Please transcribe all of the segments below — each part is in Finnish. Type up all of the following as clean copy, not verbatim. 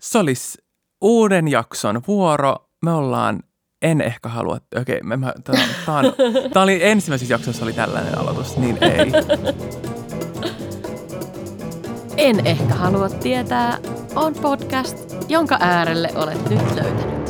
Se olisi uuden jakson vuoro. Me ollaan En ehkä halua. Okei, tämä oli ensimmäisessä jaksossa oli tällainen aloitus, niin ei. En ehkä halua tietää on podcast, jonka äärelle olet nyt löytänyt.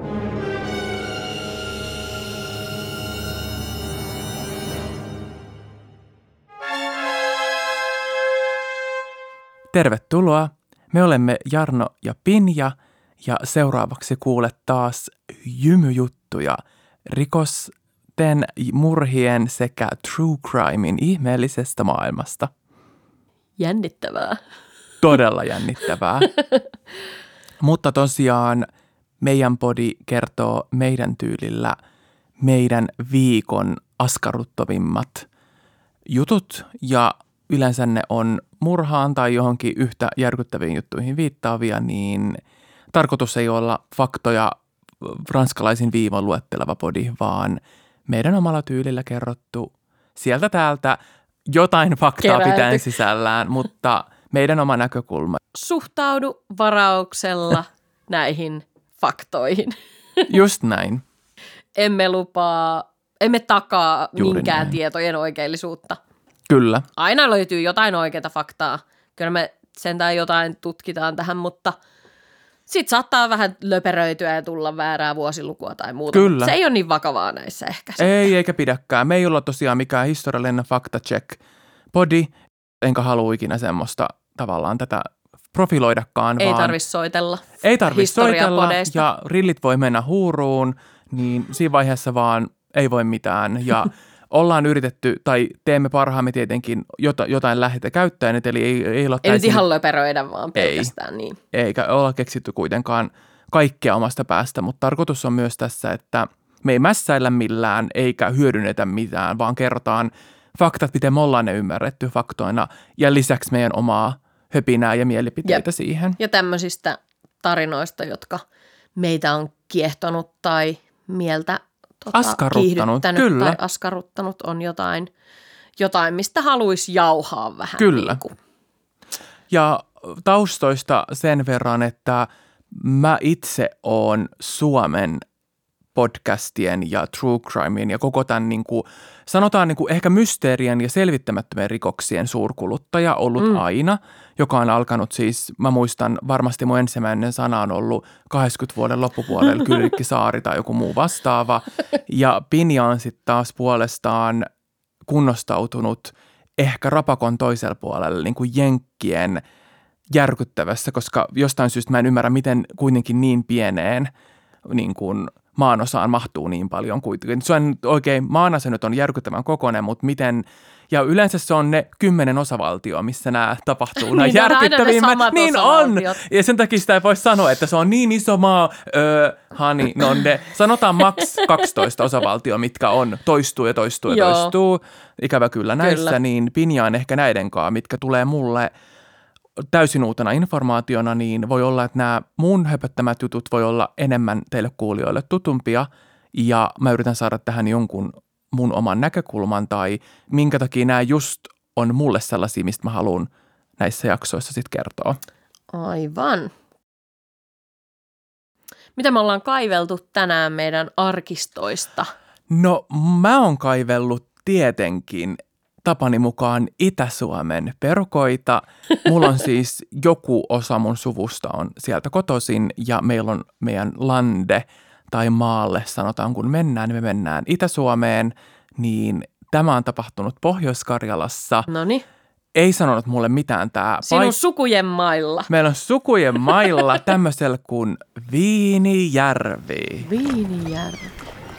Tervetuloa. Me olemme Jarno ja Pinja ja seuraavaksi kuulet taas jymyjuttuja rikosten, murhien sekä true crimein ihmeellisestä maailmasta. Jännittävää. Todella jännittävää. Mutta tosiaan meidän podi kertoo meidän tyylillä meidän viikon askarruttavimmat jutut ja yleensä ne on murhaan tai johonkin yhtä järkyttäviin juttuihin viittaavia, niin tarkoitus ei olla faktoja ranskalaisin viivon luetteleva podi, vaan meidän omalla tyylillä kerrottu sieltä täältä jotain faktaa pitäen sisällään, mutta meidän oma näkökulma. Suhtaudu varauksella näihin faktoihin. Just näin. Emme takaa Juuri minkään näin. tietojen oikeellisuutta. Kyllä. Aina löytyy jotain oikeaa faktaa. Kyllä me sentään jotain tutkitaan tähän, mutta sitten saattaa vähän löperöityä ja tulla väärää vuosilukua tai muuta. Kyllä. Se ei ole niin vakavaa näissä ehkä. Ei, eikä pidäkään. Me ei olla tosiaan mikään historiallinen fakta-check-podi, enkä halua ikinä semmoista tavallaan tätä profiloidakaan. Ei tarvitse soitella. Ei tarvitse soitella historiapodeista. ja rillit voi mennä huuruun, niin siinä vaiheessa vaan ei voi mitään. Ja ollaan yritetty, tai teemme parhaamme tietenkin jotain lähteä käyttäen, eli ei olla ei nyt ihan löperöidä vaan pelkästään niin. Eikä olla keksitty kuitenkaan kaikkea omasta päästä, mutta tarkoitus on myös tässä, että me ei mässäillä millään eikä hyödynnetä mitään, vaan kerrotaan faktat, miten me ollaan ne ymmärretty faktoina ja lisäksi meidän omaa höpinää ja mielipiteitä siihen. Ja tämmöisistä tarinoista, jotka meitä on kiehtonut tai mieltä askarruttanut, kyllä. Tai askarruttanut on jotain, mistä haluaisi jauhaa vähän. Kyllä. Niin kuin. Ja taustoista sen verran, että mä itse oon Suomen podcastien ja true crimein ja koko tämän niin kuin, sanotaan niin kuin ehkä mysteerien ja selvittämättömien rikoksien suurkuluttaja ollut aina, joka on alkanut siis, mä muistan varmasti mun ensimmäinen sana on ollut 80 vuoden loppupuolella Kyllikkisaari tai joku muu vastaava ja Pinja on sitten taas puolestaan kunnostautunut ehkä rapakon toisella puolella niin kuin jenkkien järkyttävässä, koska jostain syystä mä en ymmärrä, miten kuitenkin niin pieneen niin kuin maanosaan mahtuu niin paljon kuitenkin. Se on oikein, maanosa nyt on järkyttävän kokoinen, mutta miten, ja yleensä se on ne 10 osavaltioa, missä nämä tapahtuu, nämä järkyttävimmät. Niin on! Ja sen takia sitä ei voi sanoa, että se on niin iso maa, hani, no ne, sanotaan maks 12 osavaltioa, mitkä on, toistuu ja toistuu ja toistuu. Ikävä kyllä näissä, niin Pinja on ehkä näidenkaan, mitkä tulee mulle täysin uutena informaationa, niin voi olla, että nämä mun höpöttämät jutut voi olla enemmän teille kuulijoille tutumpia ja mä yritän saada tähän jonkun mun oman näkökulman tai minkä takia nämä just on mulle sellaisia, mistä mä haluan näissä jaksoissa sitten kertoa. Aivan. Mitä me ollaan kaiveltu tänään meidän arkistoista? No mä oon kaivellut tietenkin tapani mukaan Itä-Suomen perukoita. Mulla on siis joku osa mun suvusta on sieltä kotoisin ja meillä on meidän lande tai maalle sanotaan, kun mennään, niin me mennään Itä-Suomeen, niin tämä on tapahtunut Pohjois-Karjalassa. Noniin. Ei sanonut mulle mitään tämä Sinun sukujen mailla. Meillä on sukujen mailla tämmöisellä kuin Viinijärvi. Viinijärvi.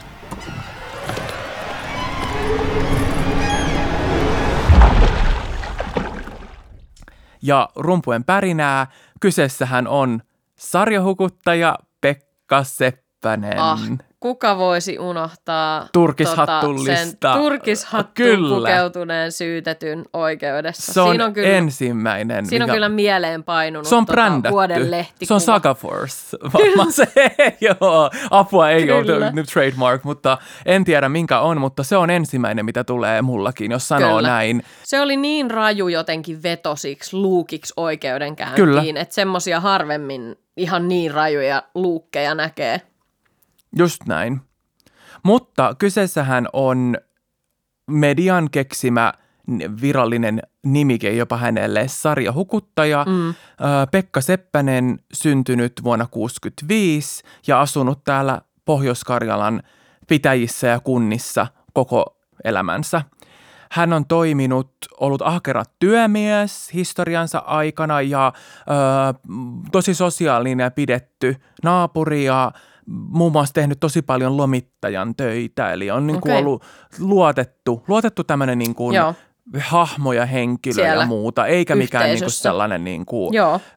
Ja rumpujen pärinää, kyseessähän on sarjahukuttaja Pekka Seppänen. kuka voisi unohtaa turkishattulista. sen turkishattuun pukeutuneen syytetyn oikeudessa. Se on siinä on kyllä, ensimmäinen. Siinä on kyllä mieleen painunut se on brändätty. vuoden lehtikuva. Se on Saga Force. Varmaan se, joo. Apua ei ole nyt trademark, mutta en tiedä minkä on, mutta se on ensimmäinen, mitä tulee mullakin, jos sanoo kyllä. näin. Se oli niin raju jotenkin vetosiksi, luukiksi oikeudenkäyntiin, että semmoisia harvemmin ihan niin rajuja luukkeja näkee. Just näin. Mutta kyseessähän on median keksimä virallinen nimike jopa hänelle, sarjahukuttaja. Pekka Seppänen, syntynyt vuonna 1965 ja asunut täällä Pohjois-Karjalan pitäjissä ja kunnissa koko elämänsä. Hän on ollut ahkera työmies historiansa aikana ja tosi sosiaalinen ja pidetty naapuri ja muun muassa tehnyt tosi paljon lomittajan töitä. Eli on niin kuin ollut luotettu tämmöinen niin kuin hahmo ja henkilö siellä ja muuta, eikä mikään niin kuin sellainen niin kuin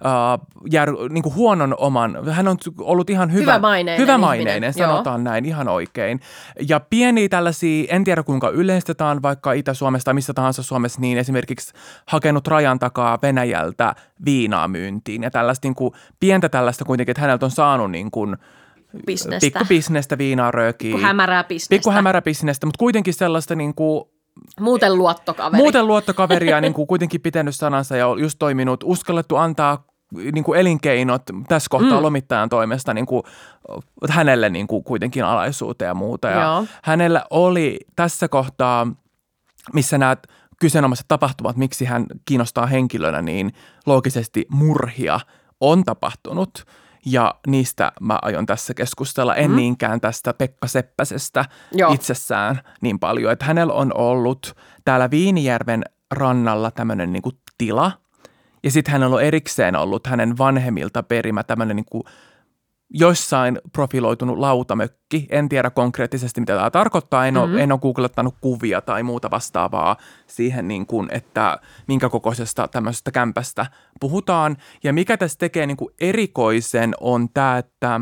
huonon oman. Hän on ollut ihan hyvämaineinen sanotaan näin ihan oikein. Ja pieniä tällaisia, en tiedä kuinka yleistetään vaikka Itä-Suomesta tai missä tahansa Suomessa, niin esimerkiksi hakenut rajan takaa Venäjältä viinaa myyntiin ja tällaista niin kuin, pientä tällaista kuitenkin, että häneltä on saanut niin kuin pikkubisnestä, viinaa, röökiä. Pikku hämärää bisnestä, mutta kuitenkin sellaista niin kuin Muuten luottokaveria, niin kuin kuitenkin pitänyt sanansa ja just toiminut, uskallettu antaa niin kuin elinkeinot tässä kohtaa lomittajan toimesta niin kuin hänelle niin kuin kuitenkin alaisuuteen ja muuta. Ja hänellä oli tässä kohtaa, missä nämä kyseenomaiset tapahtumat, miksi hän kiinnostaa henkilönä, niin loogisesti murhia on tapahtunut. Ja niistä mä aion tässä keskustella, en niinkään tästä Pekka Seppäsestä itsessään niin paljon. Että hänellä on ollut täällä Viinijärven rannalla tämmöinen niin kuin tila. Ja sitten hänellä on erikseen ollut hänen vanhemmilta perimä tämmöinen niin kuin jossain profiloitunut lautamökki. En tiedä konkreettisesti, mitä tämä tarkoittaa. En ole googlettanut kuvia tai muuta vastaavaa siihen, niin kuin, että minkä kokoisesta tämmöisestä kämpästä puhutaan. Ja mikä tässä tekee niin kuin erikoisen on tämä, että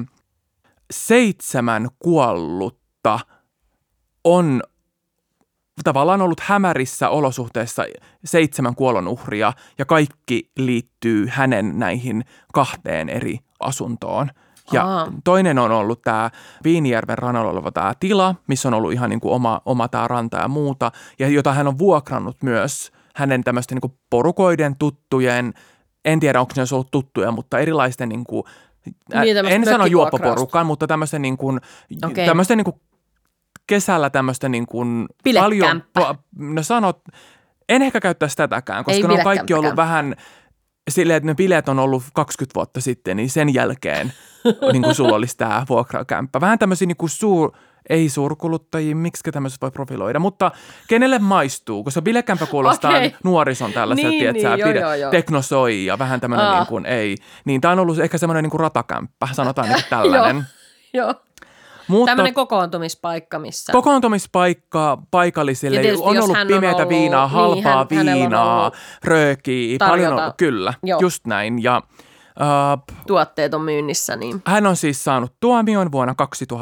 7 kuollutta on tavallaan ollut hämärissä olosuhteissa 7 kuolonuhria ja kaikki liittyy hänen näihin 2 eri asuntoon. Ja toinen on ollut tämä Viinijärven rannalla oleva tämä tila, missä on ollut ihan niin kuin oma tämä ranta ja muuta, ja jota hän on vuokrannut myös hänen tämmöisten niin kuin porukoiden, tuttujen, en tiedä onko ne ollut tuttuja, mutta erilaisten niin kuin, en sano juoppoporukkaan, mutta tämmöisten niin kuin, tämmöisten niin kuin kesällä tämmöisten niin kuin paljon, no sanot, en ehkä käyttäisi tätäkään, koska ne on kaikki ollut vähän silleen, että ne bileet on ollut 20 vuotta sitten, niin sen jälkeen niin kuin sulla olisi tämä vuokrakämppä. Vähän tämmöisiä niin kuin ei suurkuluttajia, miksi tämmöiset voi profiloida, mutta kenelle maistuu, koska bilekämppä kuulostaa nuorison tällaiset, teknosoi ja vähän tämmöinen niin kuin ei. Niin tämä on ollut ehkä semmoinen niin kuin ratakämppä, sanotaan niin kuin tällainen. Joo. Tämmöinen kokoontumispaikka missä? Kokoontumispaikka paikallisille. On ollut pimeätä viinaa, halpaa viinaa, röökiä, paljon ollut, kyllä, just näin. Ja tuotteet on myynnissä. Niin. Hän on siis saanut tuomion vuonna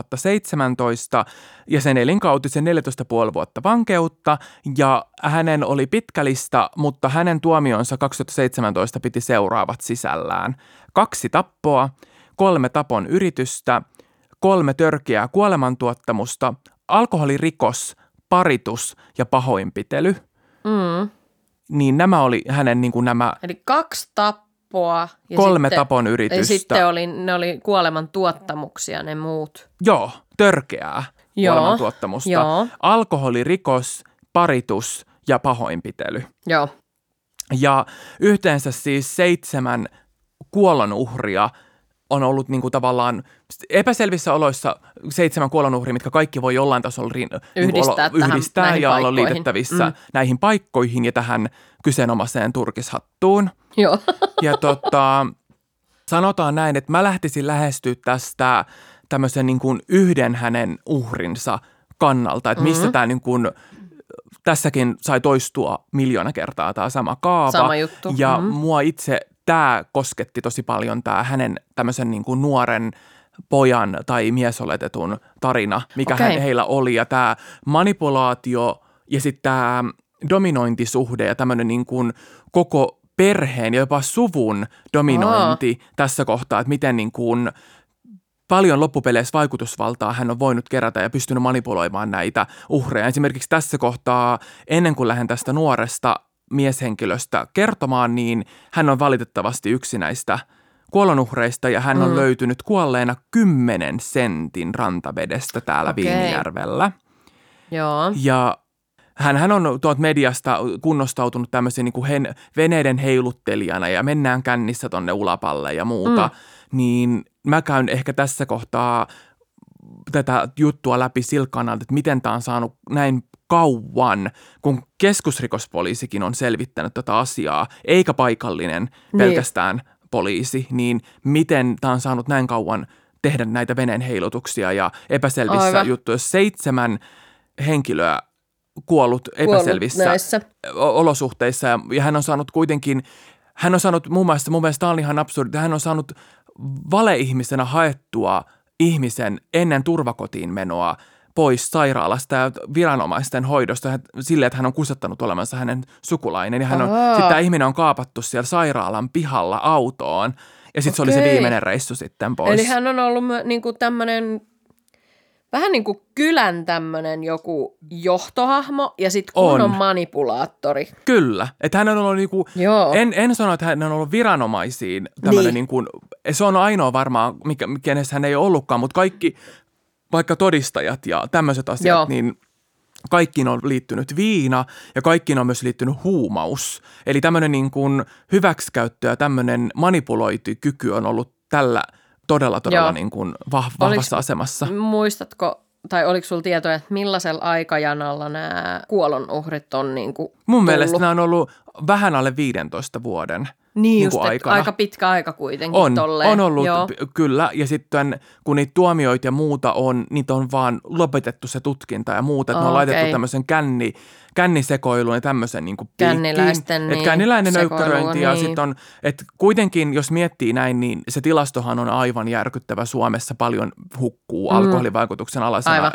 2017 ja sen elinkautisen 14,5 vuotta vankeutta ja hänen oli pitkä lista, mutta hänen tuomionsa 2017 piti seuraavat sisällään: 2 tappoa, 3 tapon yritystä, 3 törkeää kuolemantuottamusta, alkoholirikos, paritus ja pahoinpitely. Niin nämä oli hänen niin kuin nämä. Eli 2 tappoa. Ja 3 tapon yritystä. Ja sitten ne oli kuolemantuottamuksia ne muut. Joo, törkeää kuolemantuottamusta. Alkoholirikos, paritus ja pahoinpitely. Joo. Ja yhteensä siis 7 kuolonuhria on ollut niin kuin tavallaan epäselvissä oloissa 7 kuolonuhria, mitkä kaikki voi jollain tasolla yhdistää ja olla liitettävissä näihin paikkoihin ja tähän kyseenomaiseen turkishattuun. Joo. Ja sanotaan näin, että mä lähtisin lähestyä tästä tämmöisen niin kuin yhden hänen uhrinsa kannalta, että mistä tämä niin kuin, tässäkin sai toistua 1,000,000 kertaa tämä sama kaava. Sama juttu. Ja mua itse tämä kosketti tosi paljon tämä hänen tämmöisen niin kuin nuoren pojan tai miesoletetun tarina, mikä heillä oli. Ja tämä manipulaatio ja sitten tämä dominointisuhde ja tämmöinen niin kuin koko perheen ja jopa suvun dominointi tässä kohtaa, että miten niin kuin paljon loppupeleissä vaikutusvaltaa hän on voinut kerätä ja pystynyt manipuloimaan näitä uhreja. Esimerkiksi tässä kohtaa, ennen kuin lähden tästä nuoresta mieshenkilöstä kertomaan, niin hän on valitettavasti yksi näistä kuolonuhreista ja hän on löytynyt kuolleena 10 sentin rantavedestä täällä Viinijärvellä. Joo. Ja hän on tuolta mediasta kunnostautunut tämmöisen niin kuin veneiden heiluttelijana ja mennään kännissä tonne ulapalle ja muuta. Niin mä käyn ehkä tässä kohtaa tätä juttua läpi sillä kannalta, että miten tämä on saanut näin kauan, kun keskusrikospoliisikin on selvittänyt tätä asiaa, eikä paikallinen pelkästään poliisi, niin miten tämä on saanut näin kauan tehdä näitä veneen heilutuksia ja epäselvissä juttuissa. 7 henkilöä kuollut epäselvissä olosuhteissa ja hän on saanut kuitenkin, mun mielestä tämä on ihan absurdi, hän on saanut valeihmisenä haettua ihmisen ennen turvakotiin menoa pois sairaalasta ja viranomaisten hoidosta silleen, että hän on kusattanut olemansa hänen sukulainen. Ja sitten tämä ihminen on kaapattu siellä sairaalan pihalla autoon ja sitten se oli se viimeinen reissu sitten pois. Eli hän on ollut niinku tämmöinen, vähän niin kuin kylän tämmöinen joku johtohahmo ja sitten kunnon manipulaattori. Kyllä. Että hän on ollut niinku, en sano, että hän on ollut viranomaisiin tämmöinen niinku, se on ainoa varmaan, kenessä hän ei ole ollutkaan, mutta kaikki vaikka todistajat ja tämmöiset asiat, niin kaikkiin on liittynyt viina ja kaikkiin on myös liittynyt huumaus. Eli tämmöinen niin kuin hyväksikäyttö ja tämmöinen manipulointikyky on ollut tällä todella niin kuin vahvassa asemassa. Muistatko, tai oliko sulla tietoja, että millaisella aikajanalla nämä kuolonuhrit on niin kuin mun mielestä nämä on ollut vähän alle 15 vuoden. Niin just, aika pitkä aika kuitenkin on ollut, kyllä. Ja sitten kun niitä tuomioita ja muuta on, niitä on vaan lopetettu se tutkinta ja muuta. Että ne on laitettu tämmöisen kännisekoiluun ja tämmöisen niin kuin piikkiin. Känniläinen nöykkäröinti. Ja sitten on, että kuitenkin jos miettii näin, niin se tilastohan on aivan järkyttävä. Suomessa paljon hukkuu alkoholivaikutuksen alaisena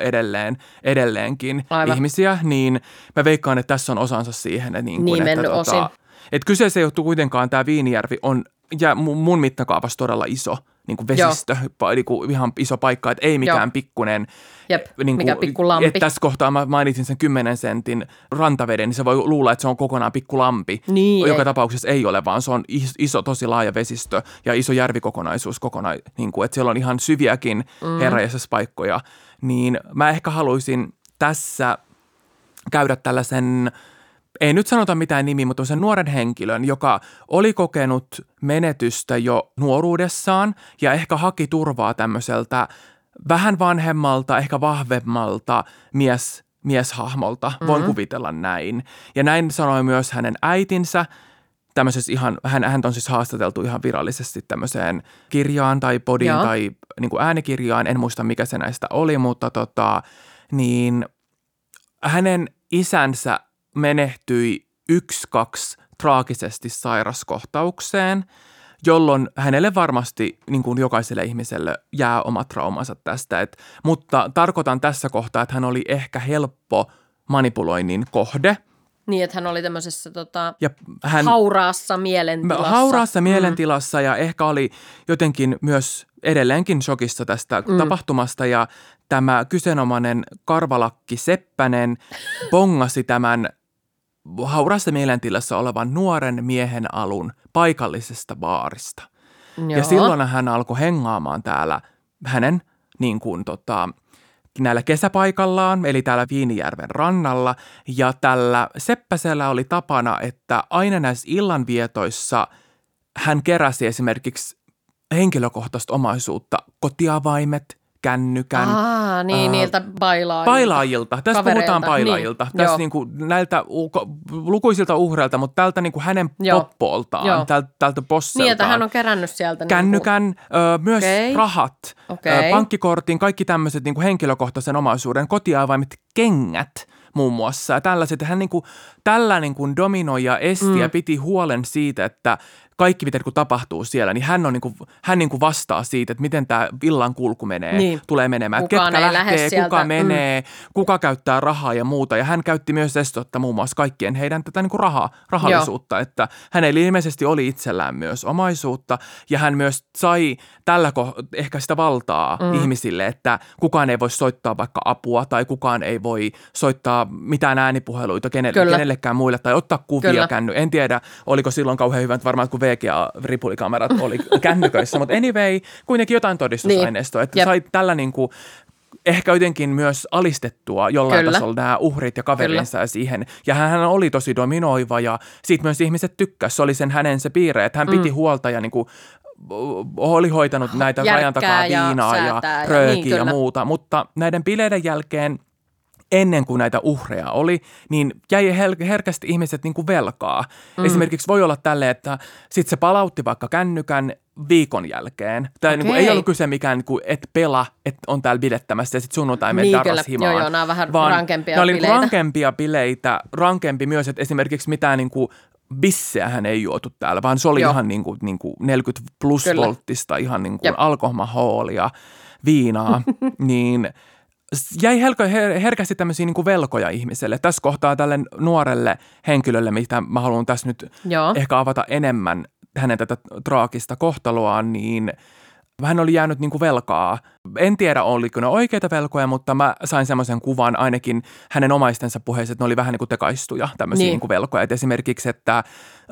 edelleenkin ihmisiä. Niin mä veikkaan, että tässä on osansa siihen. Että osin. Että kyseessä ei ole kuitenkaan tämä Viinijärvi on ja mun mittakaavassa todella iso niin kuin vesistö, niin kuin ihan iso paikka, että ei mikään pikkunen. Jep, niin mikä pikkulampi. Että tässä kohtaa mä mainitsin sen 10 sentin rantaveden, niin se voi luulla, että se on kokonaan pikkulampi. Niin, joka tapauksessa ei ole, vaan se on iso, tosi laaja vesistö ja iso järvikokonaisuus niin kuin, että siellä on ihan syviäkin paikkoja. Niin mä ehkä haluaisin tässä käydä tällaisen, ei nyt sanota mitään nimiä, mutta sen nuoren henkilön, joka oli kokenut menetystä jo nuoruudessaan ja ehkä haki turvaa tämmöiseltä vähän vanhemmalta, ehkä vahvemmalta mieshahmolta. Voin kuvitella näin. Ja näin sanoi myös hänen äitinsä. Hän on siis haastateltu ihan virallisesti tämmöiseen kirjaan tai podiin tai niin kuin äänikirjaan. En muista, mikä se näistä oli, mutta niin hänen isänsä menehtyi 1-2 traagisesti sairaskohtaukseen, jolloin hänelle varmasti, niin kuin jokaiselle ihmiselle, jää omat traumansa tästä. Mutta tarkoitan tässä kohtaa, että hän oli ehkä helppo manipuloinnin kohde. Niin, että hän oli tämmöisessä hauraassa mielentilassa. Hauraassa mielentilassa ja ehkä oli jotenkin myös edelleenkin shokissa tästä tapahtumasta. Ja tämä kyseenomainen Karvalakki Seppänen bongasi tämän hauraassa mielentilassa olevan nuoren miehen alun paikallisesta baarista. Ja silloin hän alkoi hengaamaan täällä hänen niin kuin näillä kesäpaikallaan, eli täällä Viinijärven rannalla. Ja tällä Seppäsellä oli tapana, että aina näissä illanvietoissa hän keräsi esimerkiksi henkilökohtaista omaisuutta, kotiavaimet, kännykän. Niiltä bailaajilta. Tässä puhutaan bailaajilta. Niin, tässä niinku näiltä lukuisilta uhreilta, mutta tältä niinku hänen poppooltaan, tältä bosseltaan. Niin, että hän on kerännyt sieltä. Kännykän, myös rahat, pankkikortin, kaikki tämmöiset niinku henkilökohtaisen omaisuuden, kotiavaimet, kengät muun muassa. Ja tällaiset, hän tällä dominoi ja esti ja piti huolen siitä, että kaikki mitä niin tapahtuu siellä, niin hän vastaa siitä, että miten tämä villan kulku menee, tulee menemään. Kukaan ketkä lähtee, kuka menee, kuka käyttää rahaa ja muuta. Ja hän käytti myös Estotta muun muassa kaikkien heidän tätä niin rahallisuutta, että hänellä ilmeisesti oli itsellään myös omaisuutta ja hän myös sai tällä ehkä sitä valtaa ihmisille, että kukaan ei voi soittaa vaikka apua tai kukaan ei voi soittaa mitään äänipuheluita kenellekään muille tai ottaa kuvia en tiedä, oliko silloin kauhean hyvä, että varmaan kun VGA-ripulikamerat oli kännyköissä, mutta anyway, kuitenkin jotain todistusaineistoa, että sai tällä ehkä jotenkin myös alistettua jollain tasolla nämä uhrit ja kaverinsa siihen. Ja hän oli tosi dominoiva ja siitä myös ihmiset tykkäsivät. Se oli hänen se piirre, että hän piti huolta ja oli hoitanut näitä rajan takaa viinaa ja röökiä ja muuta. Mutta näiden bileiden jälkeen ennen kuin näitä uhreja oli, niin jäi herkästi ihmiset velkaa. Esimerkiksi voi olla tälleen, että sitten se palautti vaikka kännykän viikon jälkeen. Tai ei ollut kyse mikään, et pela, että on täällä bilettämässä ja sitten sunnuntai meni darras himaan. Joo, nämä on vähän rankempia bileitä. Nämä oli rankempia bileitä, rankempi myös, että esimerkiksi mitään bisseähän ei juotu täällä, vaan se oli ihan 40 plus volttista, ihan alkoholihoolia, viinaa, niin jäi herkästi tämmöisiä velkoja ihmiselle. Tässä kohtaa tälle nuorelle henkilölle, mitä mä haluan tässä nyt ehkä avata enemmän hänen tätä traagista kohtaloaan, niin hän oli jäänyt velkaa. En tiedä, oliko ne oikeita velkoja, mutta mä sain semmoisen kuvan ainakin hänen omaistensa puheessa, että ne oli vähän tekaistuja tämmöisiä velkoja. Et esimerkiksi, että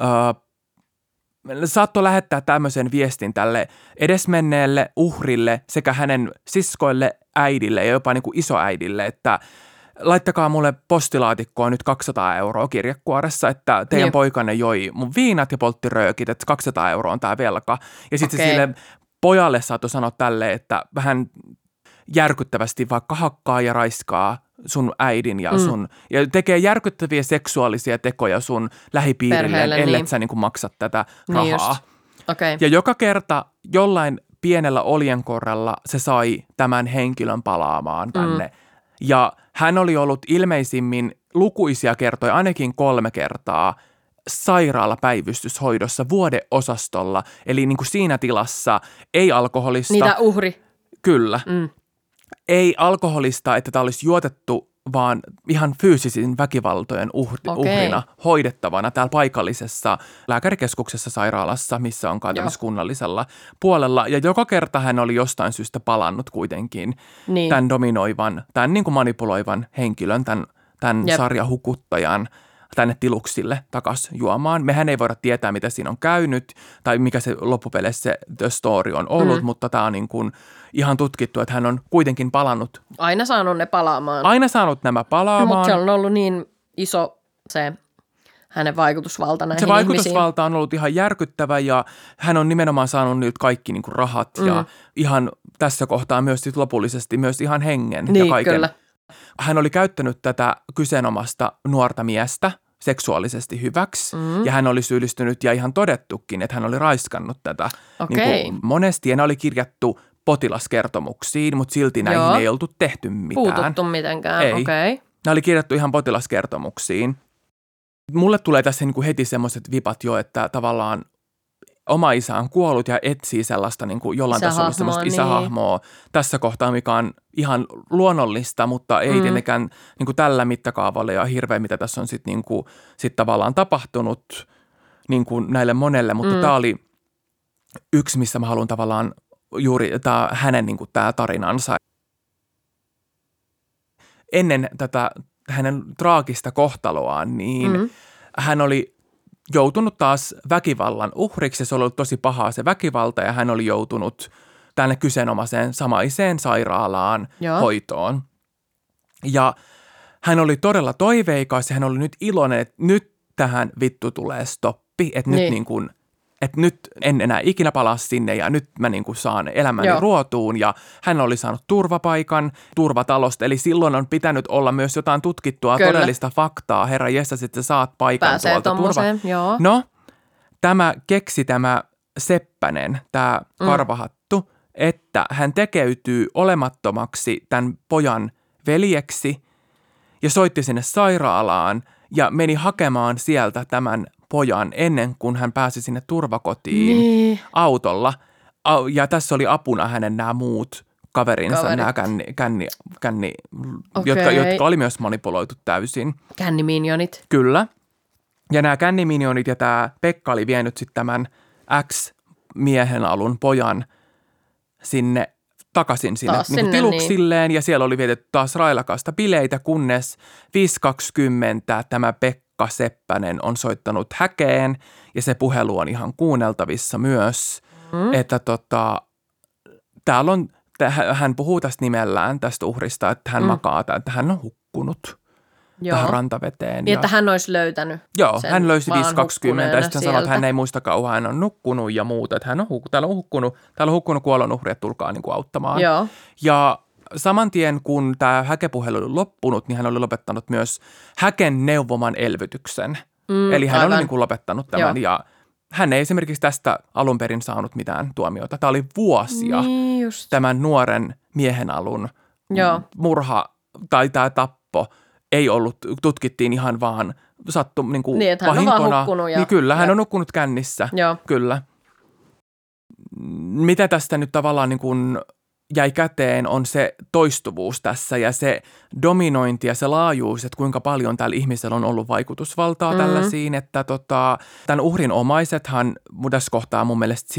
saattoi lähettää tämmöisen viestin tälle edesmenneelle uhrille sekä hänen siskoille, äidille ja jopa isoäidille, että laittakaa mulle postilaatikkoon nyt 200 € kirjekuoressa, että teidän poikanne joi mun viinat ja poltti röökit, että 200 € on tää velka. Ja sitten se sille pojalle saattoi sanoa tälle, että vähän järkyttävästi vaikka hakkaa ja raiskaa sun äidin ja ja tekee järkyttäviä seksuaalisia tekoja sun lähipiirille, ellet sä maksat tätä rahaa. Ja joka kerta jollain pienellä oljenkorrella se sai tämän henkilön palaamaan tänne. Ja hän oli ollut ilmeisimmin lukuisia kertoja, ainakin 3 kertaa, sairaalapäivystyshoidossa vuodeosastolla. Eli siinä tilassa ei alkoholista. Niitä uhri. Kyllä. Ei alkoholista, että tämä olisi juotettu, vaan ihan fyysisin väkivaltojen uhrina hoidettavana täällä paikallisessa lääkärikeskuksessa sairaalassa, missä onkaan tämmöisessä kunnallisella puolella. Ja joka kerta hän oli jostain syystä palannut kuitenkin tämän dominoivan, tämän manipuloivan henkilön, tämän sarjahukuttajan tänne tiluksille takaisin juomaan. Mehän ei voida tietää, mitä siinä on käynyt tai mikä se loppupeleissä se the story on ollut, mutta tämä on ihan tutkittu, että hän on kuitenkin palannut. Aina saanut ne palaamaan. Aina saanut nämä palaamaan. Mutta se on ollut niin iso se hänen vaikutusvalta näihin ihmisiin. Se vaikutusvalta on ollut ihan järkyttävä ja hän on nimenomaan saanut nyt kaikki rahat ja ihan tässä kohtaa myös sit lopullisesti myös ihan hengen ja kaiken. Kyllä. Hän oli käyttänyt tätä kyseenomaista nuorta miestä seksuaalisesti hyväksi ja hän oli syyllistynyt ja ihan todettukin, että hän oli raiskannut tätä monesti ja ne oli kirjattu potilaskertomuksiin, mutta silti näihin ei oltu tehty mitään. Puututtu mitenkään, Ne oli kirjattu ihan potilaskertomuksiin. Mulle tulee tässä heti semmoiset vipat jo, että tavallaan oma isä on kuollut ja etsii sellaista jollain tasolla semmoista isähahmoa tässä kohtaa, mikä on ihan luonnollista, mutta ei tietenkään tällä mittakaavalla ja hirveä, mitä tässä on sitten sit tavallaan tapahtunut näille monelle, mutta tämä oli yksi, missä mä haluan tavallaan juuri hänen tämä tarinansa. Ennen tätä hänen traagista kohtaloaan, niin hän oli joutunut taas väkivallan uhriksi. Se oli ollut tosi pahaa se väkivalta ja hän oli joutunut tänne kyseenomaiseen samaiseen sairaalaan hoitoon. Ja hän oli todella toiveikas ja hän oli nyt iloinen, että nyt tähän vittu tulee stoppi. Että nyt että nyt en enää ikinä palaa sinne ja nyt mä saan elämäni ruotuun. Ja hän oli saanut turvapaikan turvatalosta, eli silloin on pitänyt olla myös jotain tutkittua todellista faktaa. Herra Jessas, että sä saat paikan pääsee tuolta No, tämä Seppänen, tämä karvahattu, että hän tekeytyy olemattomaksi tämän pojan veljeksi ja soitti sinne sairaalaan ja meni hakemaan sieltä tämän pojan ennen kuin hän pääsi sinne turvakotiin autolla. Ja tässä oli apuna hänen nämä muut kaverinsa, nämä jotka oli myös manipuloitu täysin. Känniminionit. Kyllä. Ja nämä känniminionit ja tämä Pekka oli vienyt sitten tämän X-miehen alun pojan takaisin sinne niin tiluksilleen. Niin. Ja siellä oli vietetty taas railakasta bileitä, kunnes 5.20 tämä Pekka Seppänen on soittanut Häkeen. Ja se puhelu on ihan kuunneltavissa myös, että täällä on, hän puhuu tästä nimellään tästä uhrista, että hän makaa, että hän on hukkunut. Tähän rantaveteen. Niin, että hän olisi löytänyt. Joo, hän löysi 5.20 ja sitten sanoi, että hän ei muista kauan, hän on nukkunut ja muuta. Että hän on täällä on hukkunut kuolonuhri, että tulkaa niin kuin auttamaan. Joo. Ja saman tien, kun tämä häkepuhelu oli loppunut, niin hän oli lopettanut myös Häken neuvoman elvytyksen. Eli hän oli niin kuin lopettanut tämän ja hän ei esimerkiksi tästä alun perin saanut mitään tuomiota. Tämä oli vuosia tämän nuoren miehen alun murha tai tämä tappo. Ei ollut, tutkittiin ihan vaan niin kuin niin, että vahinkona. Hän on vaan hukkunut. Niin kyllä, hän on nukkunut kännissä. Joo. Kyllä. Mitä tästä nyt tavallaan niin kuin jäi käteen on se toistuvuus tässä ja se dominointi ja se laajuus, että kuinka paljon tällä ihmisellä on ollut vaikutusvaltaa tällaisiin, että tämän uhrin omaisethan tässä kohtaa mun mielestä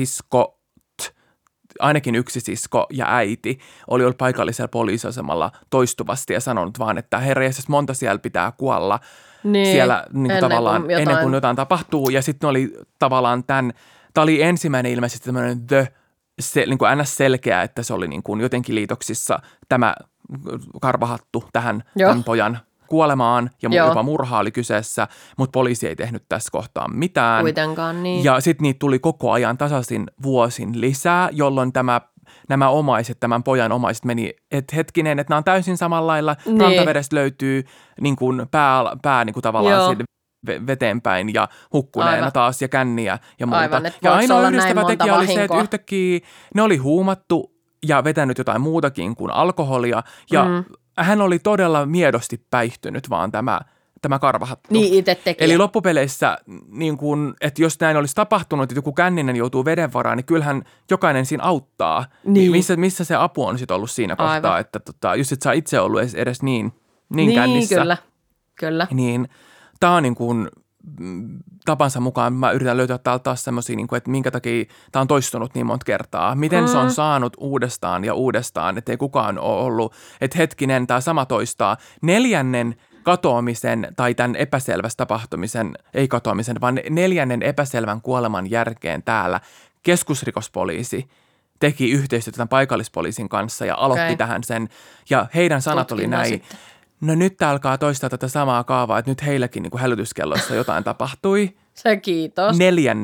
ainakin yksi sisko ja äiti oli ollut paikallisella poliisiasemalla toistuvasti ja sanonut vaan, että herra jäses, monta siellä pitää kuolla siellä niin tavallaan ennen kuin jotain tapahtuu. Ja sitten oli tavallaan tämä oli ensimmäinen ilmeisesti tämmöinen niin kuin ns. Selkeä, että se oli niin kuin jotenkin liitoksissa tämä karvahattu tähän tämän pojan kuolemaan ja jopa murha oli kyseessä, mutta poliisi ei tehnyt tässä kohtaa mitään. Kuitenkaan niin. Ja sitten niitä tuli koko ajan tasaisin vuosin lisää, jolloin nämä omaiset, tämän pojan omaiset meni, että hetkinen, että nämä on täysin samalla lailla. Niin. Rantavedestä löytyy niin kuin pää niin kuin tavallaan veteenpäin ja hukkuneena taas ja känniä ja muuta. Aivan, ja ainoa yhdistävä tekijä oli se, että yhtäkkiä ne oli huumattu ja vetänyt jotain muutakin kuin alkoholia ja hän oli todella miedosti päihtynyt vaan tämä karvahattu. Niin itse tekijä. Eli loppupeleissä, niin kun, että jos näin olisi tapahtunut, että joku känninen joutuu veden varaan, niin kyllähän jokainen siinä auttaa. Niin. Missä se apu on sitten ollut siinä kohtaa, että just et sä itse ollut edes niin kännissä. Kyllä. Niin tämä on niin kuin tapansa mukaan, mä yritän löytää täältä taas semmoisia, niin että minkä takia tämä on toistunut niin monta kertaa. Miten se on saanut uudestaan ja uudestaan, että ei kukaan ole ollut, että hetkinen, tämä sama toistaa. 4. katoamisen tai tämän epäselvästä tapahtumisen, ei katoamisen, vaan 4. epäselvän kuoleman jälkeen täällä keskusrikospoliisi teki yhteistyötä tämän paikallispoliisin kanssa ja aloitti tähän sen. Ja heidän sanat oli näin. Sitten. No nyt tämä alkaa toistaa tätä samaa kaavaa, että nyt heilläkin niin kuin hälytyskelloissa jotain tapahtui. Se kiitos. 4.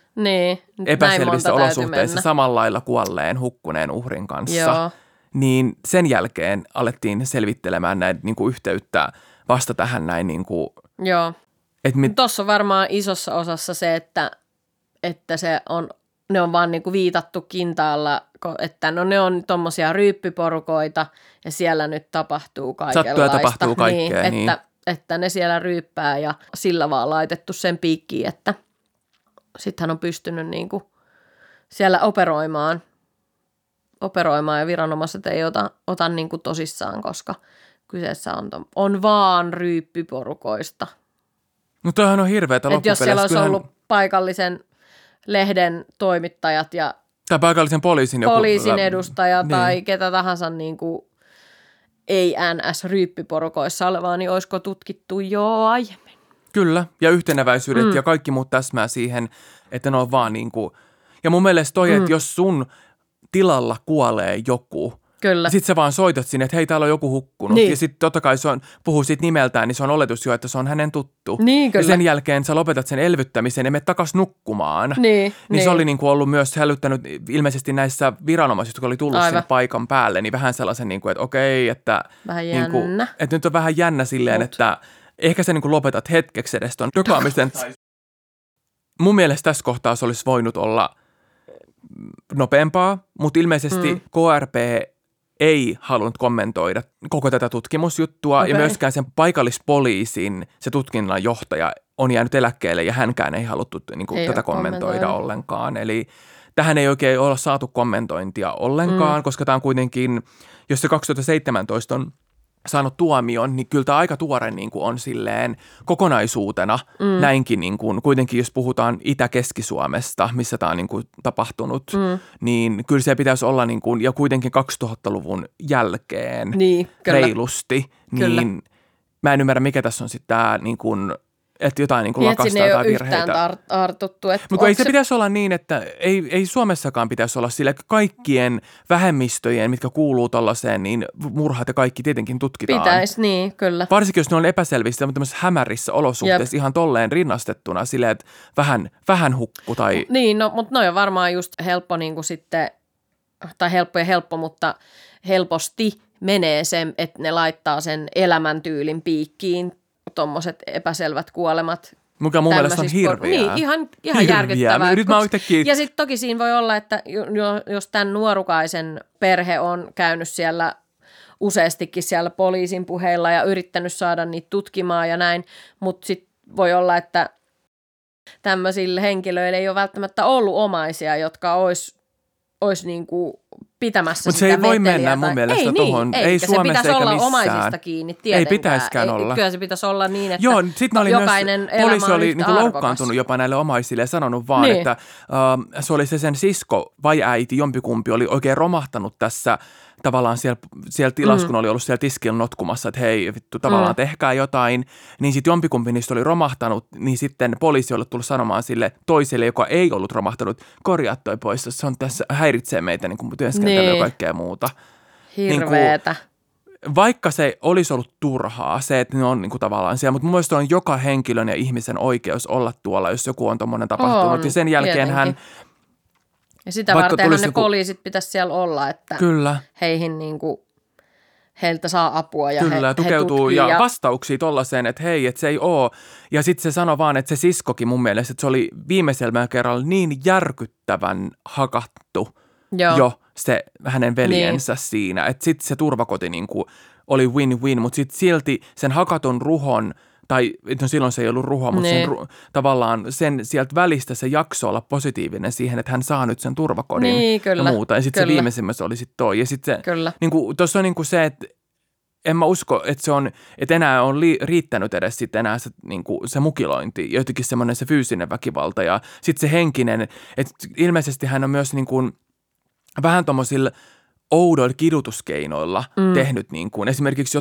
epäselvissä olosuhteissa mennä. Samalla lailla kuolleen hukkuneen uhrin kanssa. Joo. Niin sen jälkeen alettiin selvittelemään näitä niin kuin yhteyttä vasta tähän näin. Niin kuin, joo. Tuossa on varmaan isossa osassa se, että ne on vaan niinku viitattu kintaalla, että no ne on tommosia ryyppyporukoita ja siellä nyt tapahtuu kaikenlaista. Sattuu ja tapahtuu kaikkea. Niin. Että ne siellä ryyppää ja sillä vaan laitettu sen piikkiin, että sitten hän on pystynyt niinku siellä operoimaan ja viranomaiset ei ota niinku tosissaan, koska kyseessä on vaan ryyppyporukoista. No toihan on hirveätä loppupeleissä. Että jos siellä olisi ollut paikallisen lehden toimittajat ja tai paikallisen poliisin edustaja tai ketä tahansa niin kuin ei NS-ryyppiporukoissa olevaa, niin olisiko tutkittu jo aiemmin? Kyllä, ja yhteneväisyydet ja kaikki muut täsmää siihen, että ne on vaan niin kuin, ja mun mielestä toi, että jos sun tilalla kuolee joku, kyllä. Sitten sä vaan soitat sinne, että hei, täällä on joku hukkunut. Niin. Ja sitten totta kai puhuu siitä nimeltään, niin se on oletus jo, että se on hänen tuttu. Niin, kyllä. Ja sen jälkeen sä lopetat sen elvyttämisen ja menet takaisin nukkumaan. Niin. Se oli niin kuin ollut myös hälyttänyt ilmeisesti näissä viranomaisissa, jotka oli tullut sinne paikan päälle, niin vähän sellaisen, niin kuin, että okei, että, vähän niin kuin, että nyt on vähän jännä silleen, että ehkä sä niin kuin lopetat hetkeksi edes ton dokaamisen. Mun mielestä tässä kohtaa se olisi voinut olla nopeampaa, mutta ilmeisesti KRP ei halunnut kommentoida koko tätä tutkimusjuttua ja myöskään sen paikallispoliisin se tutkinnan johtaja on jäänyt eläkkeelle ja hänkään ei haluttu niin kuin, tätä kommentoida ollenkaan. Eli tähän ei oikein ole saatu kommentointia ollenkaan, koska tämä on kuitenkin, jos se 2017 on saanut tuomion, niin kyllä tämä aika tuore niin kuin on silleen kokonaisuutena näinkin, niin kuin, kuitenkin jos puhutaan Itä-Keski-Suomesta, missä tämä on niin kuin tapahtunut, niin kyllä se pitäisi olla niin kuin, ja kuitenkin 2000-luvun jälkeen reilusti, niin mä en ymmärrä, mikä tässä on sitten tämä niin kuin, että jotain niin kuin lakastaa tai virheitä. Yhtään tartuttu. Mutta ei se pitäisi olla niin, että ei Suomessakaan pitäisi olla sillä, kaikkien vähemmistöjen, mitkä kuuluu tollaiseen, niin murhat ja kaikki tietenkin tutkitaan. Pitäisi, niin, kyllä. Varsinkin, jos ne on epäselvissä, mutta tämmöisissä hämärissä olosuhteissa ihan tolleen rinnastettuna silleen, että vähän hukku tai... Niin, no, mutta noi on varmaan just helppo niin kuin sitten, tai helppo, mutta helposti menee se, että ne laittaa sen elämäntyylin piikkiin, tuommoiset epäselvät kuolemat. Mikä mun mielestä on hirveää. Niin, ihan järkyttävää. Nyt mä ja sitten toki siinä voi olla, että jos tämän nuorukaisen perhe on käynyt siellä useastikin siellä poliisin puheilla ja yrittänyt saada niitä tutkimaan ja näin, mutta sitten voi olla, että tämmöisillä henkilöillä ei ole välttämättä ollut omaisia, jotka olisi niin kuin pitämässä sitä meteliä. Mutta se ei voi mennä mun mielestä tuohon. Ei Suomessa se pitäisi eikä olla missään. Omaisista kiinni tietenkään. Ei pitäiskään olla. Kyllä se pitäisi olla niin, että jokainen elämä poliisi oli niin loukkaantunut jopa näille omaisille ja sanonut vaan, että se oli se sen sisko vai äiti, jompikumpi oli oikein romahtanut tässä tavallaan siellä tilassa, kun oli ollut siellä tiskillä notkumassa, että hei vittu tavallaan tehkää jotain, niin sitten jompikumpi niistä oli romahtanut, niin sitten poliisi oli tullut sanomaan sille toiselle, joka ei ollut romahtanut, korjaa toi pois, se on tässä, häiritsee meitä niin kuin työskentelyä ja kaikkea muuta. Hirveetä. Niin vaikka se olisi ollut turhaa, se, että ne on niin kuin tavallaan siellä, mutta mun mielestä on joka henkilön ja ihmisen oikeus olla tuolla, jos joku on tommoinen tapahtunut, ja sen jälkeen hän... Ja sitä vartenhan ne poliisit pitäisi siellä olla, että heihin niinku, heiltä saa apua ja he tukeutuu ja vastauksia tollaiseen, että hei, että se ei ole. Ja sitten se sanoi vaan, että se siskokin mun mielestä, että se oli viimeisellä kerralla niin järkyttävän hakattu jo se hänen veljensä siinä. Että sitten se turvakoti niinku oli win-win, mutta sitten silti sen hakatun ruhon tai no silloin se ei ollut ruho, mutta tavallaan sen sieltä välistä se jakso olla positiivinen siihen, että hän saa nyt sen turvakodin ja muuta. Ja sitten se viimeisimmässä oli sitten toi. Ja sitten niin tuossa on niin kuin se, että en mä usko, että se on, että enää on riittänyt edes sitten enää se, niin kuin se mukilointi, jotenkin semmoinen se fyysinen väkivalta ja sitten se henkinen, että ilmeisesti hän on myös niin kuin vähän tommosilla oudoilla kidutuskeinoilla tehnyt niin kuin esimerkiksi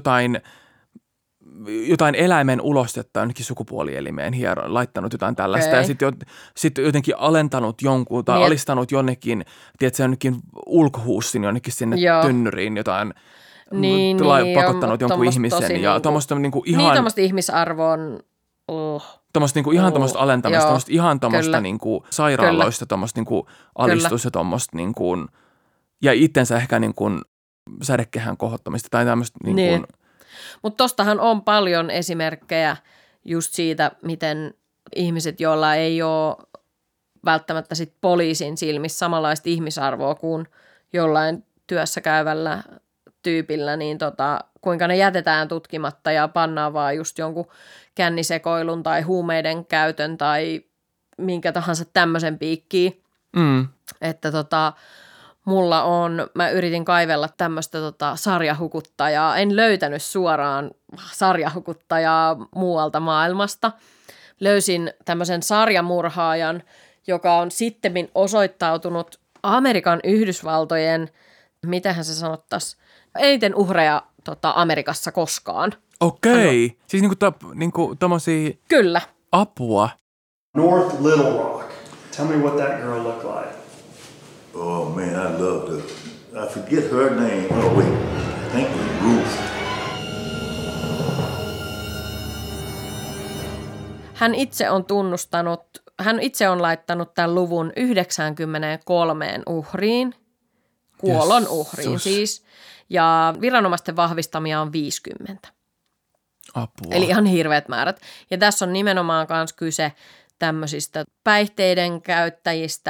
jotain eläimen ulostetta jonnekin sukupuolielimeen laittanut jotain tällaista ja sitten jotenkin alentanut jonkun tai alistanut jonnekin, tiedätkö, jonnekin ulkohuussin jonnekin sinne tynnyriin jotain, pakottanut jonkun ihmisen ja tuommoista niinku ihan... Niin tuommoista ihmisarvon... Tuommoista niinku ihan tuommoista alentamista, tuommoista ihan tuommoista niinku sairaaloista tuommoista niinku alistus ja tuommoista niinku... Ja itsensä ehkä niinku sädekehän kohottamista tai tämmöistä niinku... Mutta tostahan on paljon esimerkkejä just siitä, miten ihmiset, joilla ei ole välttämättä sit poliisin silmissä samanlaista ihmisarvoa kuin jollain työssä käyvällä tyypillä, niin kuinka ne jätetään tutkimatta ja pannaan vaan just jonkun kännisekoilun tai huumeiden käytön tai minkä tahansa tämmöisen piikkiin. Että mä yritin kaivella tämmöistä sarjahukuttajaa. En löytänyt suoraan sarjahukuttajaa muualta maailmasta. Löysin tämmöisen sarjamurhaajan, joka on sittemmin osoittautunut Amerikan Yhdysvaltojen, mitähän se sanottaisi, eniten uhreja Amerikassa koskaan. Okei. Siis niinku tommosia... Kyllä. Apua. North Little Rock. Tell me what that girl looked like. Oh man, I loved her. I forget her name. Oh wait, I think it was Ruth. Hän itse on laittanut tämän luvun 93 uhriin, kuolon uhriin siis, ja viranomaisten vahvistamia on 50. Apua. Eli ihan hirveät määrät. Ja tässä on nimenomaan myös kyse tämmöisistä päihteiden käyttäjistä,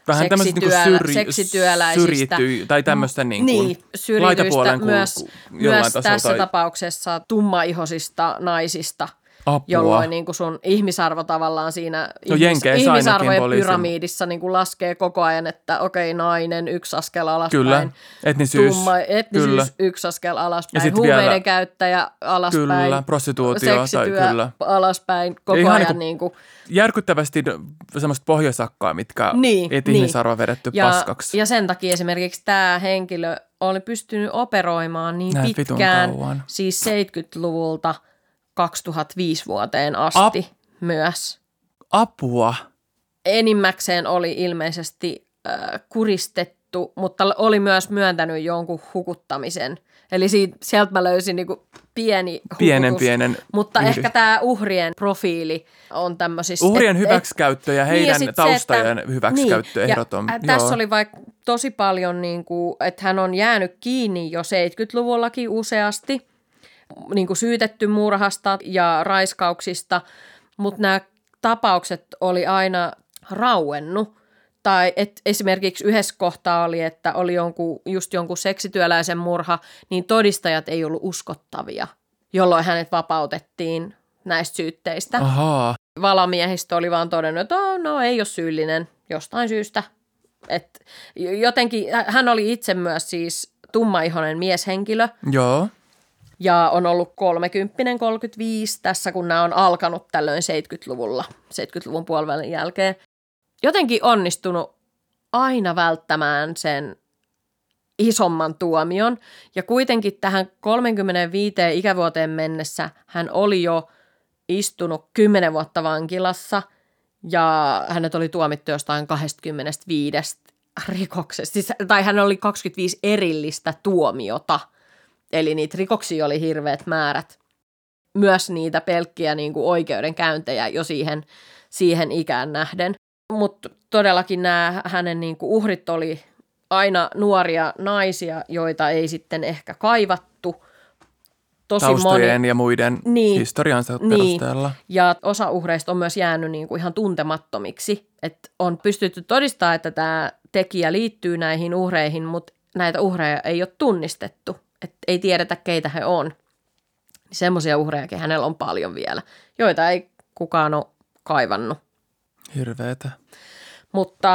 vähän tämmöistä seksityöläisistä. Tai tämmöistä syrjityistä myös tässä tapauksessa tummaihoisista naisista. Apua. Jolloin niin kuin sun ihmisarvo tavallaan siinä ihmisarvojen pyramiidissa niin kuin laskee koko ajan, että okei, nainen 1 askel alaspäin. Kyllä, etnisyys. Etnisyys 1 askel alaspäin, huumeiden käyttäjä alaspäin. Kyllä, prostituutio. Seksityö kyllä. alaspäin, koko ajan. Niin kuin järkyttävästi semmoista pohjasakkaa, mitkä ihmisarvoa vedetty paskaksi. Ja sen takia esimerkiksi tämä henkilö oli pystynyt operoimaan niin pitkään, siis 70-luvulta 2005 vuoteen asti myös. Apua. Enimmäkseen oli ilmeisesti kuristettu, mutta oli myös myöntänyt jonkun hukuttamisen. Eli sieltä mä löysin niinku pieni hukutus. Pienen mutta ehkä tämä uhrien profiili on tämmöisissä. Uhrien hyväksikäyttö ja heidän taustajan hyväksikäyttö ehdoton. Tässä oli vaikka tosi paljon, niinku, että hän on jäänyt kiinni jo 70-luvullakin useasti. Niin kuin syytetty murhasta ja raiskauksista, mutta nämä tapaukset oli aina rauennut. Tai esimerkiksi yhdessä kohtaa oli, että oli jonkun seksityöläisen murha, niin todistajat ei ollut uskottavia, jolloin hänet vapautettiin näistä syytteistä. Ahaa. Valamiehistö oli vaan todennut, että ei ole syyllinen jostain syystä. Et jotenkin hän oli itse myös siis tummaihoinen mieshenkilö. Joo. Ja on ollut 30-35 tässä, kun nämä on alkanut tällöin 70-luvun puolivälin jälkeen. Jotenkin onnistunut aina välttämään sen isomman tuomion. Ja kuitenkin tähän 35 ikävuoteen mennessä hän oli jo istunut 10 vuotta vankilassa. Ja hänet oli tuomittu jostain 25 rikoksesta. Tai hän oli 25 erillistä tuomiota. Eli niitä rikoksia oli hirveät määrät. Myös niitä pelkkiä niin kuin oikeudenkäyntejä jo siihen ikään nähden. Mutta todellakin nämä hänen niin kuin uhrit oli aina nuoria joita ei sitten ehkä kaivattu. Taustojen ja muiden historiansa perusteella. Ja osa uhreista on myös jäänyt niin kuin ihan tuntemattomiksi. Et on pystytty todistamaan, että tämä tekijä liittyy näihin uhreihin, mutta näitä uhreja ei ole tunnistettu. Että ei tiedetä, keitä he on. Semmoisia uhrejakin hänellä on paljon vielä, joita ei kukaan ole kaivannut. Hirveetä. Mutta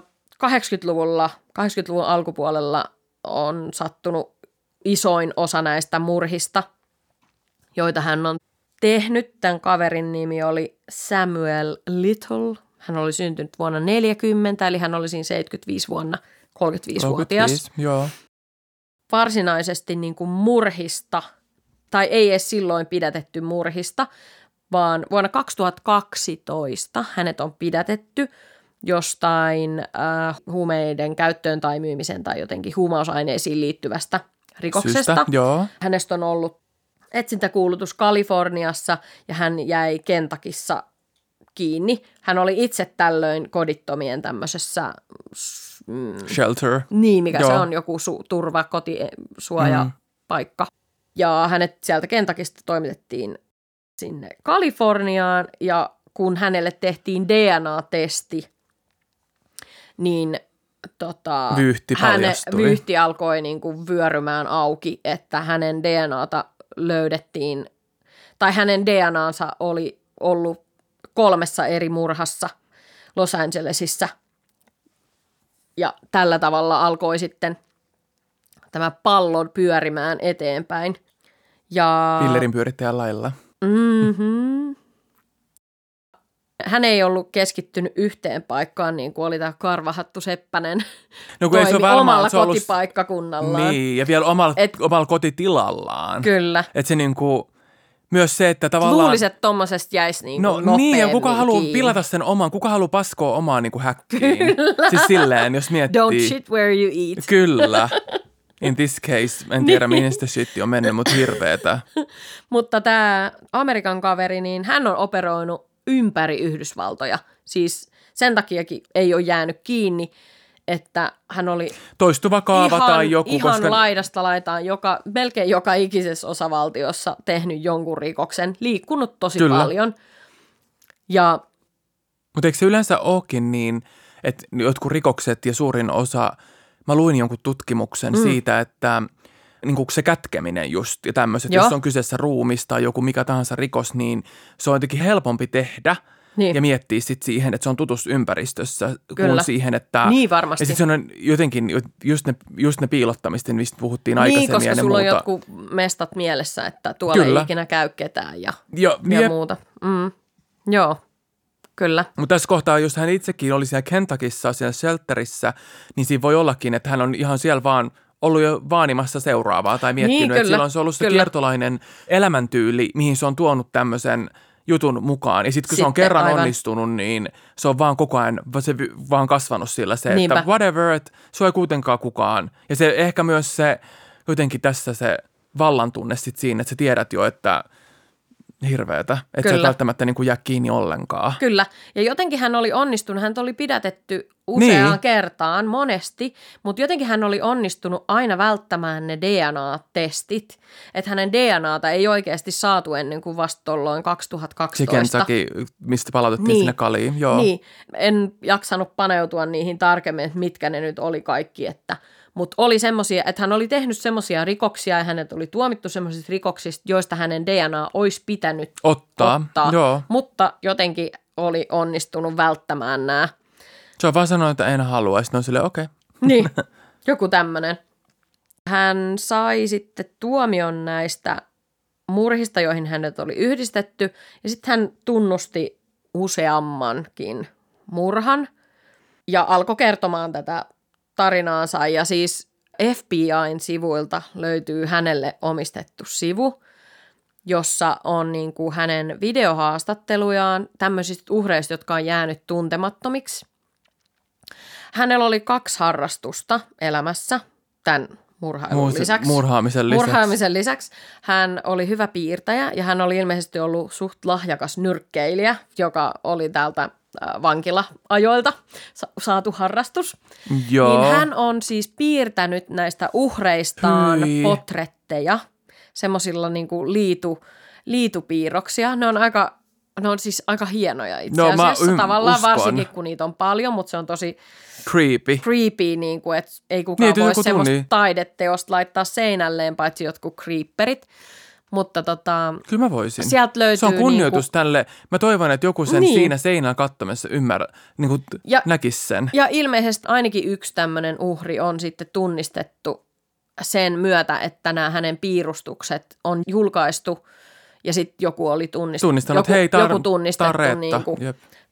80-luvun alkupuolella on sattunut isoin osa näistä murhista, joita hän on tehnyt. Tämän kaverin nimi oli Samuel Little. Hän oli syntynyt vuonna 40, eli hän oli siinä 75 vuonna 35-vuotias. Joo. Varsinaisesti niin kuin murhista, tai ei edes silloin pidätetty murhista, vaan vuonna 2012 hänet on pidätetty jostain huumeiden käyttöön tai myymiseen tai jotenkin huumausaineisiin liittyvästä rikoksesta. Joo. Hänestä on ollut etsintäkuulutus Kaliforniassa ja hän jäi Kentuckyssa kiinni. Hän oli itse tällöin kodittomien tämmöisessä shelter. Niin, mikä se on, joku turva, kotisuojapaikka. Ja hänet sieltä Kentuckysta toimitettiin sinne Kaliforniaan ja kun hänelle tehtiin DNA-testi, niin vyyhti alkoi niin kuin vyörymään auki, että hänen DNAta löydettiin, tai hänen DNAnsa oli ollut 3 eri murhassa Los Angelesissa. Ja tällä tavalla alkoi sitten tämä pallo pyörimään eteenpäin. Ja pillerin pyörittäjän lailla. Mm-hmm. Hän ei ollut keskittynyt yhteen paikkaan, niin kuin oli tämä Karvahattu Seppänen. No kun ei se omalla kotipaikkakunnallaan. Niin, ja vielä omalla kotitilallaan. Kyllä. Että se niinku, myös se, että tavallaan luulisin, että tommosesta jäisi niinku nopeammin niin, ja kuka haluaa pilata sen oman, kuka haluaa paskoa omaa niinku häkkiin. Kyllä. Siis silleen, jos miettii. Don't shit where you eat. Kyllä. In this case, en tiedä mihin sitä shitti on mennyt, mutta hirveetä. Mutta tämä Amerikan kaveri, niin hän on operoinut ympäri Yhdysvaltoja. Siis sen takiakin ei ole jäänyt kiinni, että hän oli toistuva kaava tai joku. Ihan laidasta laitaan melkein joka ikisessä osavaltiossa tehnyt jonkun rikoksen, liikkunut tosi paljon. Mutta eikö se yleensä olekin niin, että jotkut rikokset ja suurin osa, mä luin jonkun tutkimuksen siitä, että niin kuin se kätkeminen just ja tämmöiset, jos on kyseessä ruumis tai joku mikä tahansa rikos, niin se on jotenkin helpompi tehdä. Niin. Ja miettiä sitten siihen, että se on tutussa ympäristössä, kuin siihen, että... Niin varmasti. Ja sitten se on jotenkin just ne piilottamista, mistä puhuttiin aikaisemmin. Niin, koska sulla on jotkut mestat mielessä, että tuolla ei ikinä käy ketään ja muuta. Joo, kyllä. Mutta tässä kohtaa, jos hän itsekin oli siellä Kentuckyssa, siellä shelterissä, niin siinä voi ollakin, että hän on ihan siellä vaan ollut jo vaanimassa seuraavaa tai miettinyt, että silloin se on ollut se kiertolainen elämäntyyli, mihin se on tuonut tämmöisen jutun mukaan. Ja sitten kun se on kerran onnistunut, niin se on vaan koko ajan, se vaan kasvanut sillä se, että whatever, että se ei kuitenkaan kukaan. Ja se ehkä myös se, jotenkin tässä se vallantunne sitten siinä, että sä tiedät jo, että hirveetä, että se ei välttämättä niin kuin jää kiinni ollenkaan. Kyllä, ja jotenkin hän oli onnistunut, hän oli pidätetty useaan kertaan, monesti, mutta jotenkin hän oli onnistunut aina välttämään ne DNA-testit, että hänen DNAta ei oikeasti saatu ennen kuin vasta tolloin 2012. Sikensäkin, mistä palautettiin sinne Kaliin, joo. Niin, en jaksanut paneutua niihin tarkemmin, että mitkä ne nyt oli kaikki, mutta oli semmoisia, että hän oli tehnyt semmoisia rikoksia ja hänet oli tuomittu semmoisista rikoksista, joista hänen DNA olisi pitänyt ottaa. Joo. Mutta jotenkin oli onnistunut välttämään nämä. Se on vaan sanonut, että en halua, ja sitten on silleen, okei. Niin, joku tämmöinen. Hän sai sitten tuomion näistä murhista, joihin hänet oli yhdistetty, ja sitten hän tunnusti useammankin murhan ja alkoi kertomaan tätä tarinaansa. Ja siis FBI:n sivuilta löytyy hänelle omistettu sivu, jossa on niin kuin hänen videohaastattelujaan tämmöisistä uhreista, jotka on jäänyt tuntemattomiksi. Hänellä oli 2 harrastusta elämässä tämän murhaamisen lisäksi. Hän oli hyvä piirtäjä ja hän oli ilmeisesti ollut suht lahjakas nyrkkeilijä, joka oli täältä vankila-ajoilta saatu harrastus. Joo. Niin hän on siis piirtänyt näistä uhreistaan potretteja, semmoisilla niinku liitupiirroksia. Ne on siis aika hienoja itse asiassa. Tavallaan uskon. Varsinkin, kun niitä on paljon, mutta se on tosi creepy niin kuin, että ei kukaan voi semmoista taideteosta laittaa seinälleen, paitsi jotkut creeperit. Mutta kyllä mä voisin. Sieltä löytyy se on kunnioitus tälle. Mä toivon, että joku sen siinä seinän katsomassa näkisi sen. Ja ilmeisesti ainakin yksi tämmöinen uhri on sitten tunnistettu sen myötä, että nämä hänen piirustukset on julkaistu ja sitten joku oli tunnistanut. Joku tunnistettu. Tarretta. Niin kuin,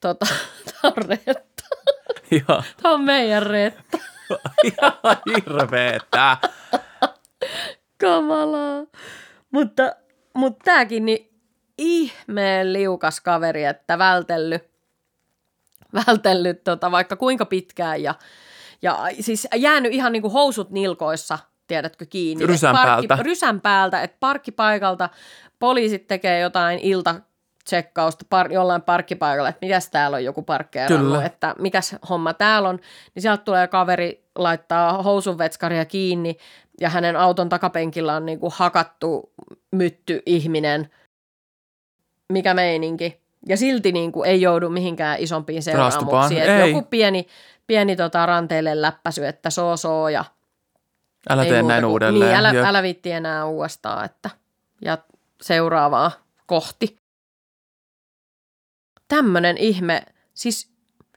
Tarretta. Joo. Tämä on meidän Reetta. Ihan hirveetä. Kamalaa. Mutta tämäkin niin ihmeen liukas kaveri, että vältellyt vaikka kuinka pitkään ja siis jäänyt ihan niin kuin housut nilkoissa, tiedätkö, kiinni. Rysän päältä, että parkkipaikalta poliisit tekee jotain iltatsekkausta jollain parkkipaikalla, että mikäs täällä on joku parkkeerannut, että mikäs homma täällä on, niin sieltä tulee kaveri laittaa housunvetskaria kiinni ja hänen auton takapenkillä on niinku hakattu mytty ihminen, mikä meininki. Ja silti niinku ei joudu mihinkään isompiin seuraamuksiin. Joku pieni ranteille läppäsy, että soo ja älä tee näin uudelleen. Niin, älä viitti enää uudestaan, ja seuraavaa kohti. Tämmöinen ihme, siis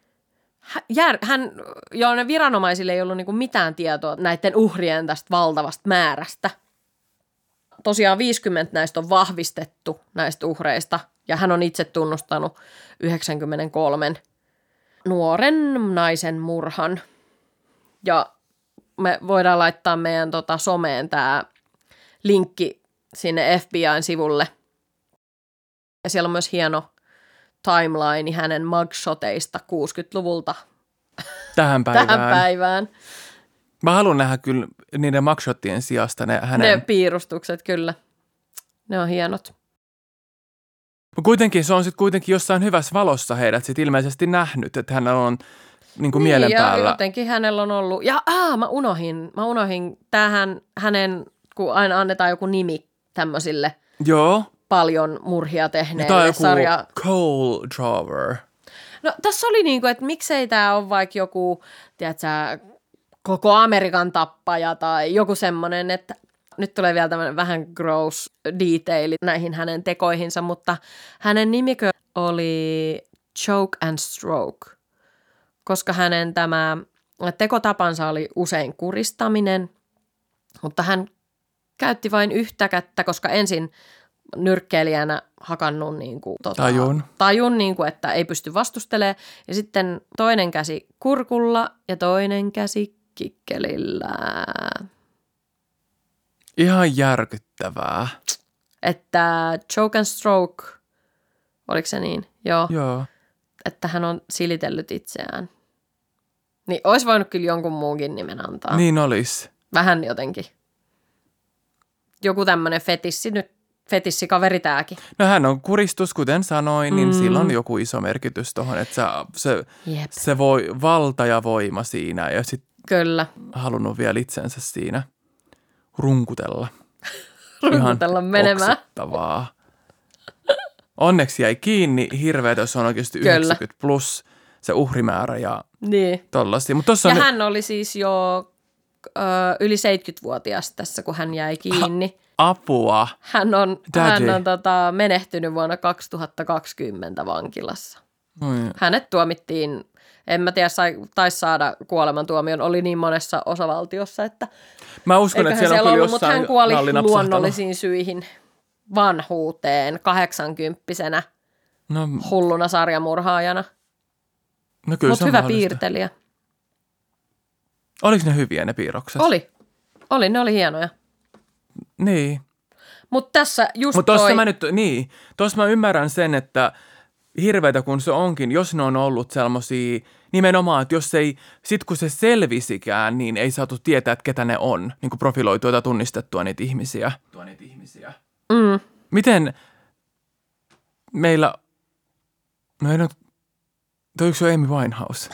ne viranomaisille ei ollut niinku mitään tietoa näiden uhrien tästä valtavasta määrästä. Tosiaan 50 näistä on vahvistettu näistä uhreista, ja hän on itse tunnustanut 93 nuoren naisen murhan. Ja me voidaan laittaa meidän someen tämä linkki sinne FBI:n sivulle. Ja siellä on myös hieno timeline hänen mugshoteista 60-luvulta tähän päivään. Mä haluan nähdä kyllä niiden mugshotien sijasta ne piirustukset, kyllä. Ne on hienot. Kuitenkin se on sitten kuitenkin jossain hyvässä valossa heidät sitten ilmeisesti nähnyt, että hän on niin kuin mielen päällä. Ja jotenkin hänellä on ollut, ja mä unohin tähän hänen, kun aina annetaan joku nimi tämmöisille paljon murhia tehneille. Tämä on joku Coal Drawer. No tässä oli niinku, että miksei tämä ole vaikka joku, tiedätkö, koko Amerikan tappaja tai joku semmoinen, että nyt tulee vielä tämmöinen vähän gross detailit näihin hänen tekoihinsa, mutta hänen nimikö oli Choke and Stroke, koska hänen tämä tekotapansa oli usein kuristaminen, mutta hän käytti vain yhtä kättä, koska ensin nyrkkeilijänä hakannut niin kuin, tajun niin kuin, että ei pysty vastustelemaan. Ja sitten toinen käsi kurkulla ja toinen käsi kikkelillä. Ihan järkyttävää. Että choke and stroke, oliko se niin? Joo. Että hän on silitellyt itseään. Niin olisi voinut kyllä jonkun muunkin nimen antaa. Niin olisi. Vähän jotenkin. Joku tämmöinen fetissikaveri tääkin. No hän on kuristus, kuten sanoin, niin sillä on joku iso merkitys tuohon, että se voi valta ja voima siinä ja sitten kyllä. Halunnut vielä itsensä siinä runkutella. Runkutella menemään. Oksettavaa. Onneksi jäi kiinni hirveä, jos on oikeasti 90 plus se uhrimäärä ja tollaisia. Ja hän oli siis jo yli 70-vuotias tässä, kun hän jäi kiinni. Apua. Hän on menehtynyt vuonna 2020 vankilassa. Hänet tuomittiin, en mä tiedä, taisi saada kuolemantuomion, oli niin monessa osavaltiossa, että mä uskon, että siellä on kyllä ollut, mutta hän kuoli luonnollisiin syihin vanhuuteen 80-vuotiaana hulluna sarjamurhaajana. No kyllä. Mutta hyvä piirtelijä. Oliko ne hyviä ne piirrokset? Oli, ne oli hienoja. Niin. Mutta tässä just tuossa mä ymmärrän sen, että hirveätä kun se onkin, jos ne on ollut sellaisia, nimenomaan, että jos ei, sit kun se selvisikään, niin ei saatu tietää, että ketä ne on, niin kuin profiloitua tai tunnistettua niitä ihmisiä. Miten meillä, no ei nyt, toi yksi on Amy Winehouse.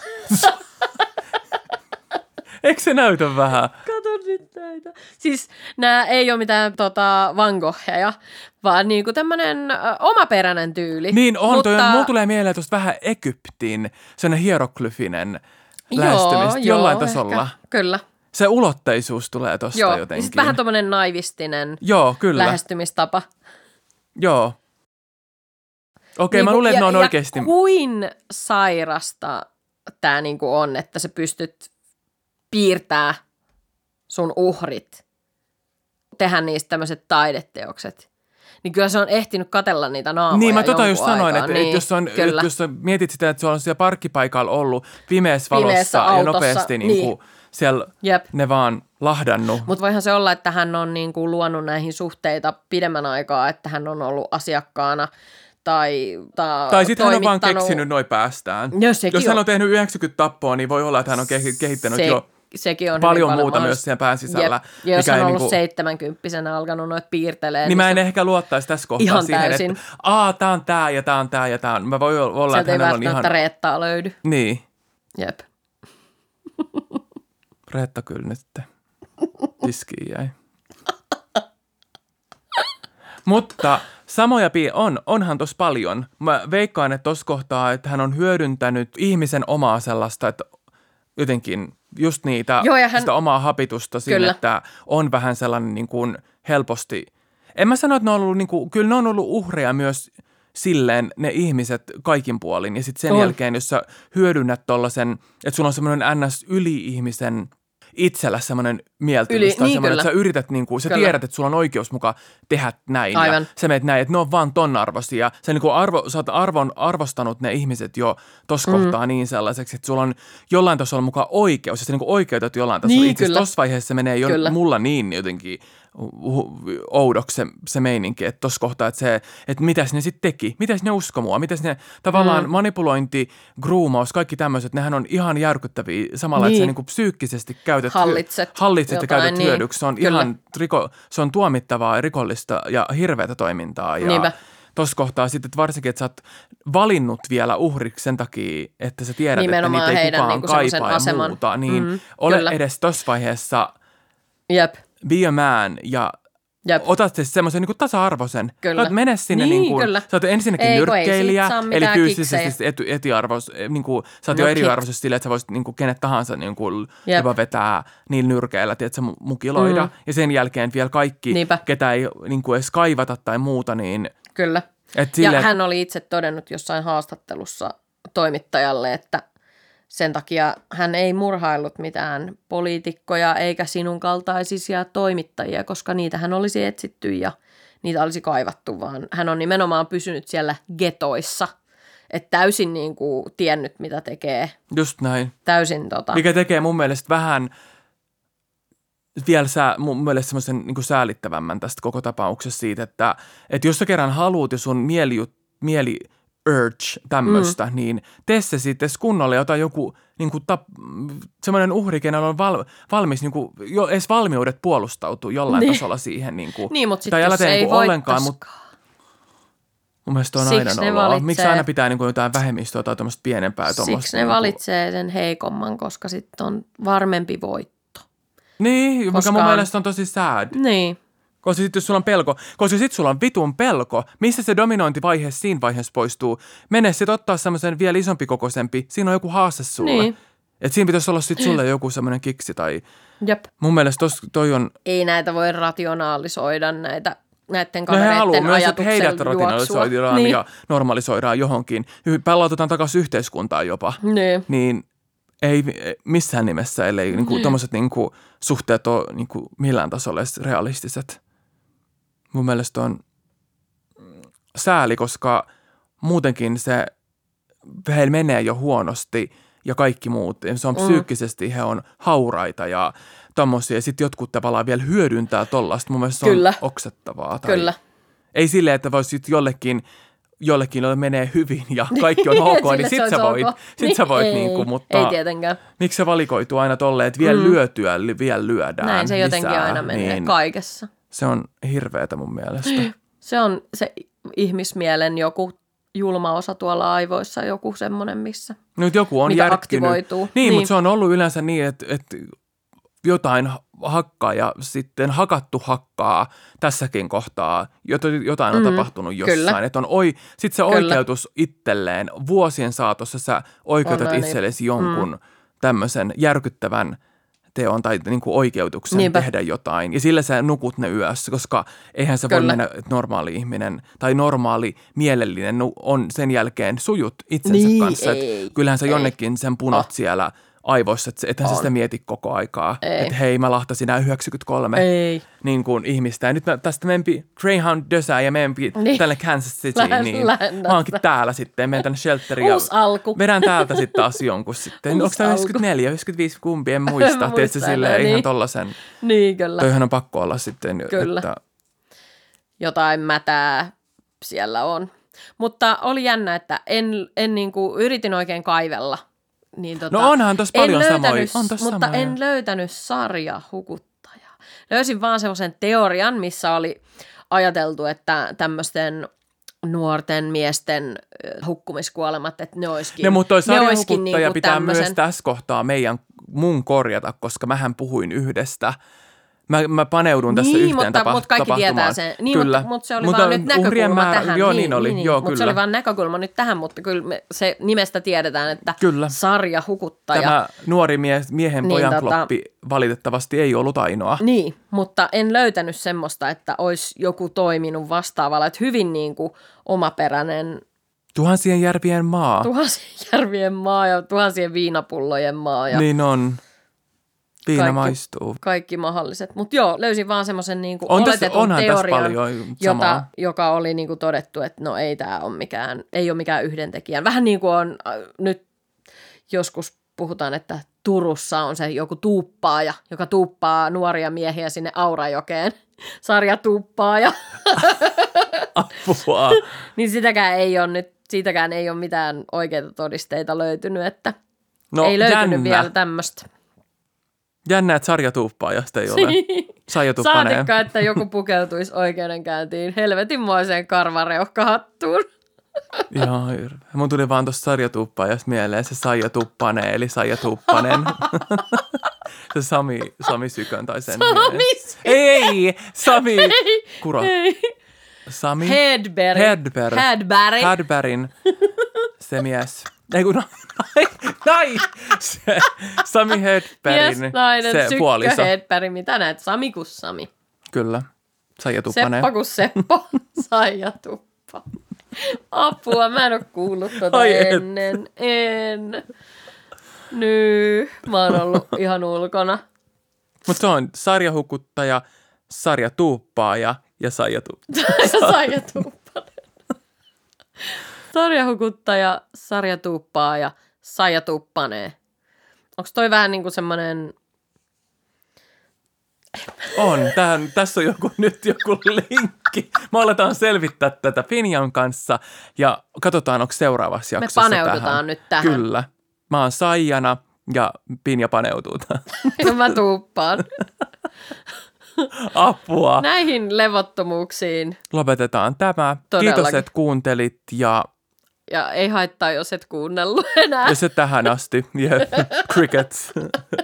Eikö se näytä vähän? Kato nyt näitä. Siis nämä ei ole mitään Van Goghia, vaan niinku tämmöinen omaperäinen tyyli. Niin on, mutta mulla tulee mieleen tuosta vähän Egyptin, sellainen hieroglyfinen lähestymistä jollain tasolla. Ehkä. Kyllä. Se ulotteisuus tulee tuosta jotenkin. Ja sitten vähän tommoinen naivistinen lähestymistapa. Joo. Okei, mä luulen, että ne on oikeasti. Ja kuin sairasta tämä niinku on, että sä pystyt piirtää sun uhrit, tehdä niistä tämmöiset taideteokset. Niin kyllä se on ehtinyt katsella niitä naamoja. Niin, mä just sanoin, että jos mietit sitä, että se on siellä parkkipaikalla ollut pimeässä valossa ja nopeasti siellä ne vaan lahdannut. Mutta voihan se olla, että hän on niinku luonut näihin suhteita pidemmän aikaa, että hän on ollut asiakkaana tai sitten hän on vaan keksinyt noin päästään. Jos hän on tehnyt 90 tappoa, niin voi olla, että hän on kehittänyt sekin on paljon muuta myös siellä pään sisällä. Ja jos on ollut 70-vuotiaana alkanut noita piirtelee. Niin mä en ehkä luottaisi tässä kohtaa siihen, täysin. Että tää on tää ja tää on tää ja tää on. Mä voi olla, että hänellä on ihan... Sieltä ei välttämättä Reettaa löydy. Niin. Jep. Reetta kyllä nyt tiskiin jäi. Mutta samoja onhan tossa paljon. Mä veikkaan, että tossa kohtaa, että hän on hyödyntänyt ihmisen omaa sellaista, että jotenkin just sitä omaa hapitusta siinä, että on vähän sellainen niin kuin helposti. En mä sano, että ne on ollut, niin kuin, kyllä ne on ollut uhreja myös silleen ne ihmiset kaikin puolin. Ja sitten sen jälkeen, jos sä hyödynnät tollasen, että sulla on semmoinen ns-yli-ihmisen itsellä semmoinen mieltymys tai semmoinen, että sä yrität, niin kuin, sä tiedät, että sulla on oikeus mukaan tehdä näin. Aivan. Ja sä meet näin, että ne on vaan ton arvoisia. Sä, niin kuin sä oot arvostanut ne ihmiset jo tossa kohtaa niin sellaiseksi, että sulla on jollain tasolla mukaan oikeus. Ja sä niin kuin oikeutat jollain tasolla. Itse asiassa tossa vaiheessa se menee mulla niin jotenkin oudoksi se meininki, että tossa kohtaa, että mitäs ne sitten teki, mitäs ne uskoi mua, mitäs ne tavallaan manipulointi, groomaus, kaikki tämmöiset, nehän on ihan järkyttäviä samalla, että sä niinku psyykkisesti hallitset ja käytät hyödyksi. Se on ihan se on tuomittavaa, rikollista ja hirveätä toimintaa. Ja tossa kohtaa sitten, että varsinkin, että sä oot valinnut vielä uhriksi sen takia, että sä tiedät, nimenomaan että niitä ei kukaan kaipaa ja aseman. Muuta, niin ole edes tossa vaiheessa be a man ja otat siis semmoisen niin tasa-arvoisen. Kyllä. Mene sinne, sä oot ensinnäkin nyrkkeilijä, eli fyysisesti niin kuin, sä oot jo eriarvoisesti silleen, että sä voisit niin kuin, kenet tahansa niin kuin, jopa vetää niillä nyrkeillä, tiedätkö, mukiloida. Ja sen jälkeen vielä kaikki, ketä ei niin kuin, edes kaivata tai muuta, niin... Kyllä. Ja hän oli itse todennut jossain haastattelussa toimittajalle, että sen takia hän ei murhaillut mitään poliitikkoja eikä sinun kaltaisia toimittajia, koska niitä hän olisi etsitty ja niitä olisi kaivattu, vaan hän on nimenomaan pysynyt siellä getoissa, että täysin niin kuin tiennyt, mitä tekee. Just näin. Täysin Mikä tekee mun mielestä vähän vielä mun mielestä semmoisen niin kuin säälittävämmän tästä koko tapauksessa siitä, että jos sä kerran haluut ja sun mieli urge tämmöistä, niin tee se sitten kunnolla ja ota joku niin kuin semmoinen uhri, kenellä on valmis niin kuin, jo edes valmiudet puolustautuu jollain tasolla siihen. Niin mutta sitten jos ei voittaskaan. Mun mielestä on aina noloa. Miksi aina pitää niin kuin jotain vähemmistöä tai tämmöistä pienempää? Siksi ne valitsee sen heikomman, koska sitten on varmempi voitto. Niin, mikä mun mielestä on tosi sad. Niin. Koska sitten jos sulla on pelko, koska sitten sulla on vitun pelko, missä se dominointivaihe siinä vaiheessa poistuu? Mene sitten ottaa semmoisen vielä isompi kokoisempi, siinä on joku haaste sulle. Niin. Että siinä pitäisi olla sitten sulle joku semmoinen kiksi tai... Jep. Mun mielestä toi on... Ei näitä voi rationalisoida näiden kavereiden ajatuksen heidät rationalisoidaan ja normalisoidaan johonkin. Palautetaan takaisin yhteiskuntaan jopa. Niin ei missään nimessä, ellei niinku, tommoset niinku, suhteet ole niinku, millään tasolla edes realistiset. Mun mielestä on sääli, koska muutenkin heillä menee jo huonosti ja kaikki muut. Se on psyykkisesti, he on hauraita ja tommosia. Ja sitten jotkut tavallaan vielä hyödyntää tollaista. Mun mielestä se on oksettavaa. Kyllä. Ei silleen, että vois sit jollekin menee hyvin ja kaikki on ok, niin sit sä voit niinku, mutta ei tietenkään. Miksi se valikoituu aina tolleen, että vielä lyötyä, vielä lyödään näin se lisää, jotenkin aina menee kaikessa. Se on hirveetä mun mielestä. Se on se ihmismielen joku julma osa tuolla aivoissa, joku semmoinen, missä nyt joku on mikä järkkynyt. Aktivoituu. Niin, mutta se on ollut yleensä niin, että jotain hakkaa ja sitten hakattu hakkaa tässäkin kohtaa. Jotain on tapahtunut jossain. Että sitten se oikeutus itselleen vuosien saatossa sä oikeutat itsellesi jonkun tämmöisen järkyttävän teon tai niin kuin oikeutuksen tehdä jotain. Ja sillä sä nukut ne yössä, koska eihän se voi mennä, että normaali ihminen tai normaali mielellinen on sen jälkeen sujut itsensä kanssa. Kyllähän sä jonnekin sen punot siellä aivoissa, että ethän sä sitä mieti koko aikaa. Että hei, mä lahtasin nämä 93 niin kuin ihmistä. Ja nyt tästä menpi Greyhound Dösää ja menpi tänne Kansas Cityin. Niin mä oonkin täällä sitten. Menen tänne shelteriin ja vedän täältä sitten taas jonkun sitten. Onko tämä 94, 95 kumpi? En muista. Tiedätkö silleen ihan tollasen. Niin, kyllä. Toihan on pakko olla sitten. Kyllä. Että jotain mätää siellä on. Mutta oli jännä, että en niin kuin, yritin oikein kaivella. Niin, no onhan tossa paljon samoja. Mutta en löytänyt sarjahukuttajaa. Löysin vaan semmoisen teorian, missä oli ajateltu, että tämmöisten nuorten miesten hukkumiskuolemat, että ne olisikin. Mutta toi sarjahukuttaja niinku pitää myös tässä kohtaa mun korjata, koska mähän puhuin yhdestä. Mä paneudun tässä yhteen tapahtumaan. Mutta kaikki tietää sen. Niin, kyllä. Mutta se oli vaan nyt näkökulma tähän. Joo, niin oli. Joo, mutta kyllä. se oli vaan näkökulma nyt tähän, mutta kyllä se nimestä tiedetään, että sarjahukuttaja. Tämä nuori miehen pojan kloppi valitettavasti ei ollut ainoa. Niin, mutta en löytänyt semmoista, että olisi joku toiminut vastaavalla. Että hyvin niin kuin omaperäinen. Tuhansien järvien maa. Tuhansien järvien maa ja tuhansien viinapullojen maa. Ja niin on. Viina maistuu. Kaikki mahdolliset. Mutta joo, löysin vaan semmoisen niinku oletetun teorian, joka oli niinku todettu, että no ei tämä ole mikään yhdentekijä. Vähän niin kuin on nyt joskus puhutaan, että Turussa on se joku tuuppaaja, joka tuuppaa nuoria miehiä sinne Aurajokeen. Sarjatuuppaaja. Apua. Niin siitäkään ei ole mitään oikeita todisteita löytynyt, että ei löytynyt vielä tämmöistä. Jännä, että sarjatuuppaajasta ei ole. Saatikka, että joku pukeutuisi oikeudenkäyntiin helvetinmoiseen karvareuhkahattuun. Joo, mun tuli vaan tuosta sarjatuuppaajasta mieleen se Saija Tuppanen, eli Saija Tuppanen. Se Sami Sykön tai sen Sami mies. Ei, Sami Kuro. Sami Hedbergin se mies. Ei kun se Sami Hedbergin se puoliso. Sykkö Hedberg, mitä näet? Sami kuin Sami. Kyllä. Saija Tuppanen. Seppo kuin Seppo. Saija Tuppa. Apua, mä en ole kuullut tota ennen. En. Mä oon ollut ihan ulkona. Mutta se on sarjahukuttaja, sarjatuuppaaja ja Saija Tuppanen. Saija Tuppanen. Sarjahukuttaja, sarjatuuppaaja, Saija Tuppanen. Onko toi vähän niin kuin semmoinen... On. Tässä on nyt joku linkki. Me aletaan selvittää tätä Pinjan kanssa ja katsotaan, onko seuraavassa jaksossa me paneudutaan nyt tähän. Kyllä. Mä oon Saijana ja Pinja paneutuu tähän. Ja mä tuuppaan. Apua. Näihin levottomuuksiin. Lopetetaan tämä. Todellakin. Kiitos, että kuuntelit ja ei haittaa, jos et kuunnellut enää. Ja se tähän asti. Yeah. Crickets.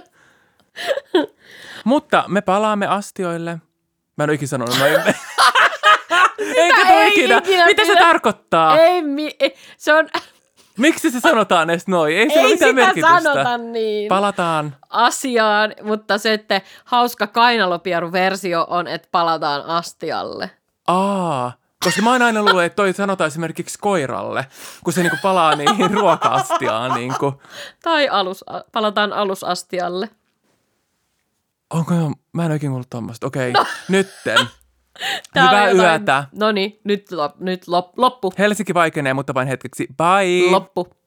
Mutta me palaamme astioille. Mä en ole ikinä sanonut noin. Eikö toi ikinä? Mitä se tarkoittaa? Se on... Miksi se sanotaan edes noin? Ei sillä ole mitään merkitystä. Ei sitä sanota niin. Palataan asiaan, mutta se, että hauska kainalopieru-versio on, että palataan astialle. Koska mä oon aina luullut, että toi sanotaan esimerkiksi koiralle, kun se niinku palaa niihin ruoka-astiaan. Niinku. Tai palataan alusastialle. Onko jo? Mä en oikein kuullut tuommoista. Okei, nytten. Hyvää yötä. Noniin, nyt loppu. Helsinki vaikenee, mutta vain hetkeksi. Bye! Loppu.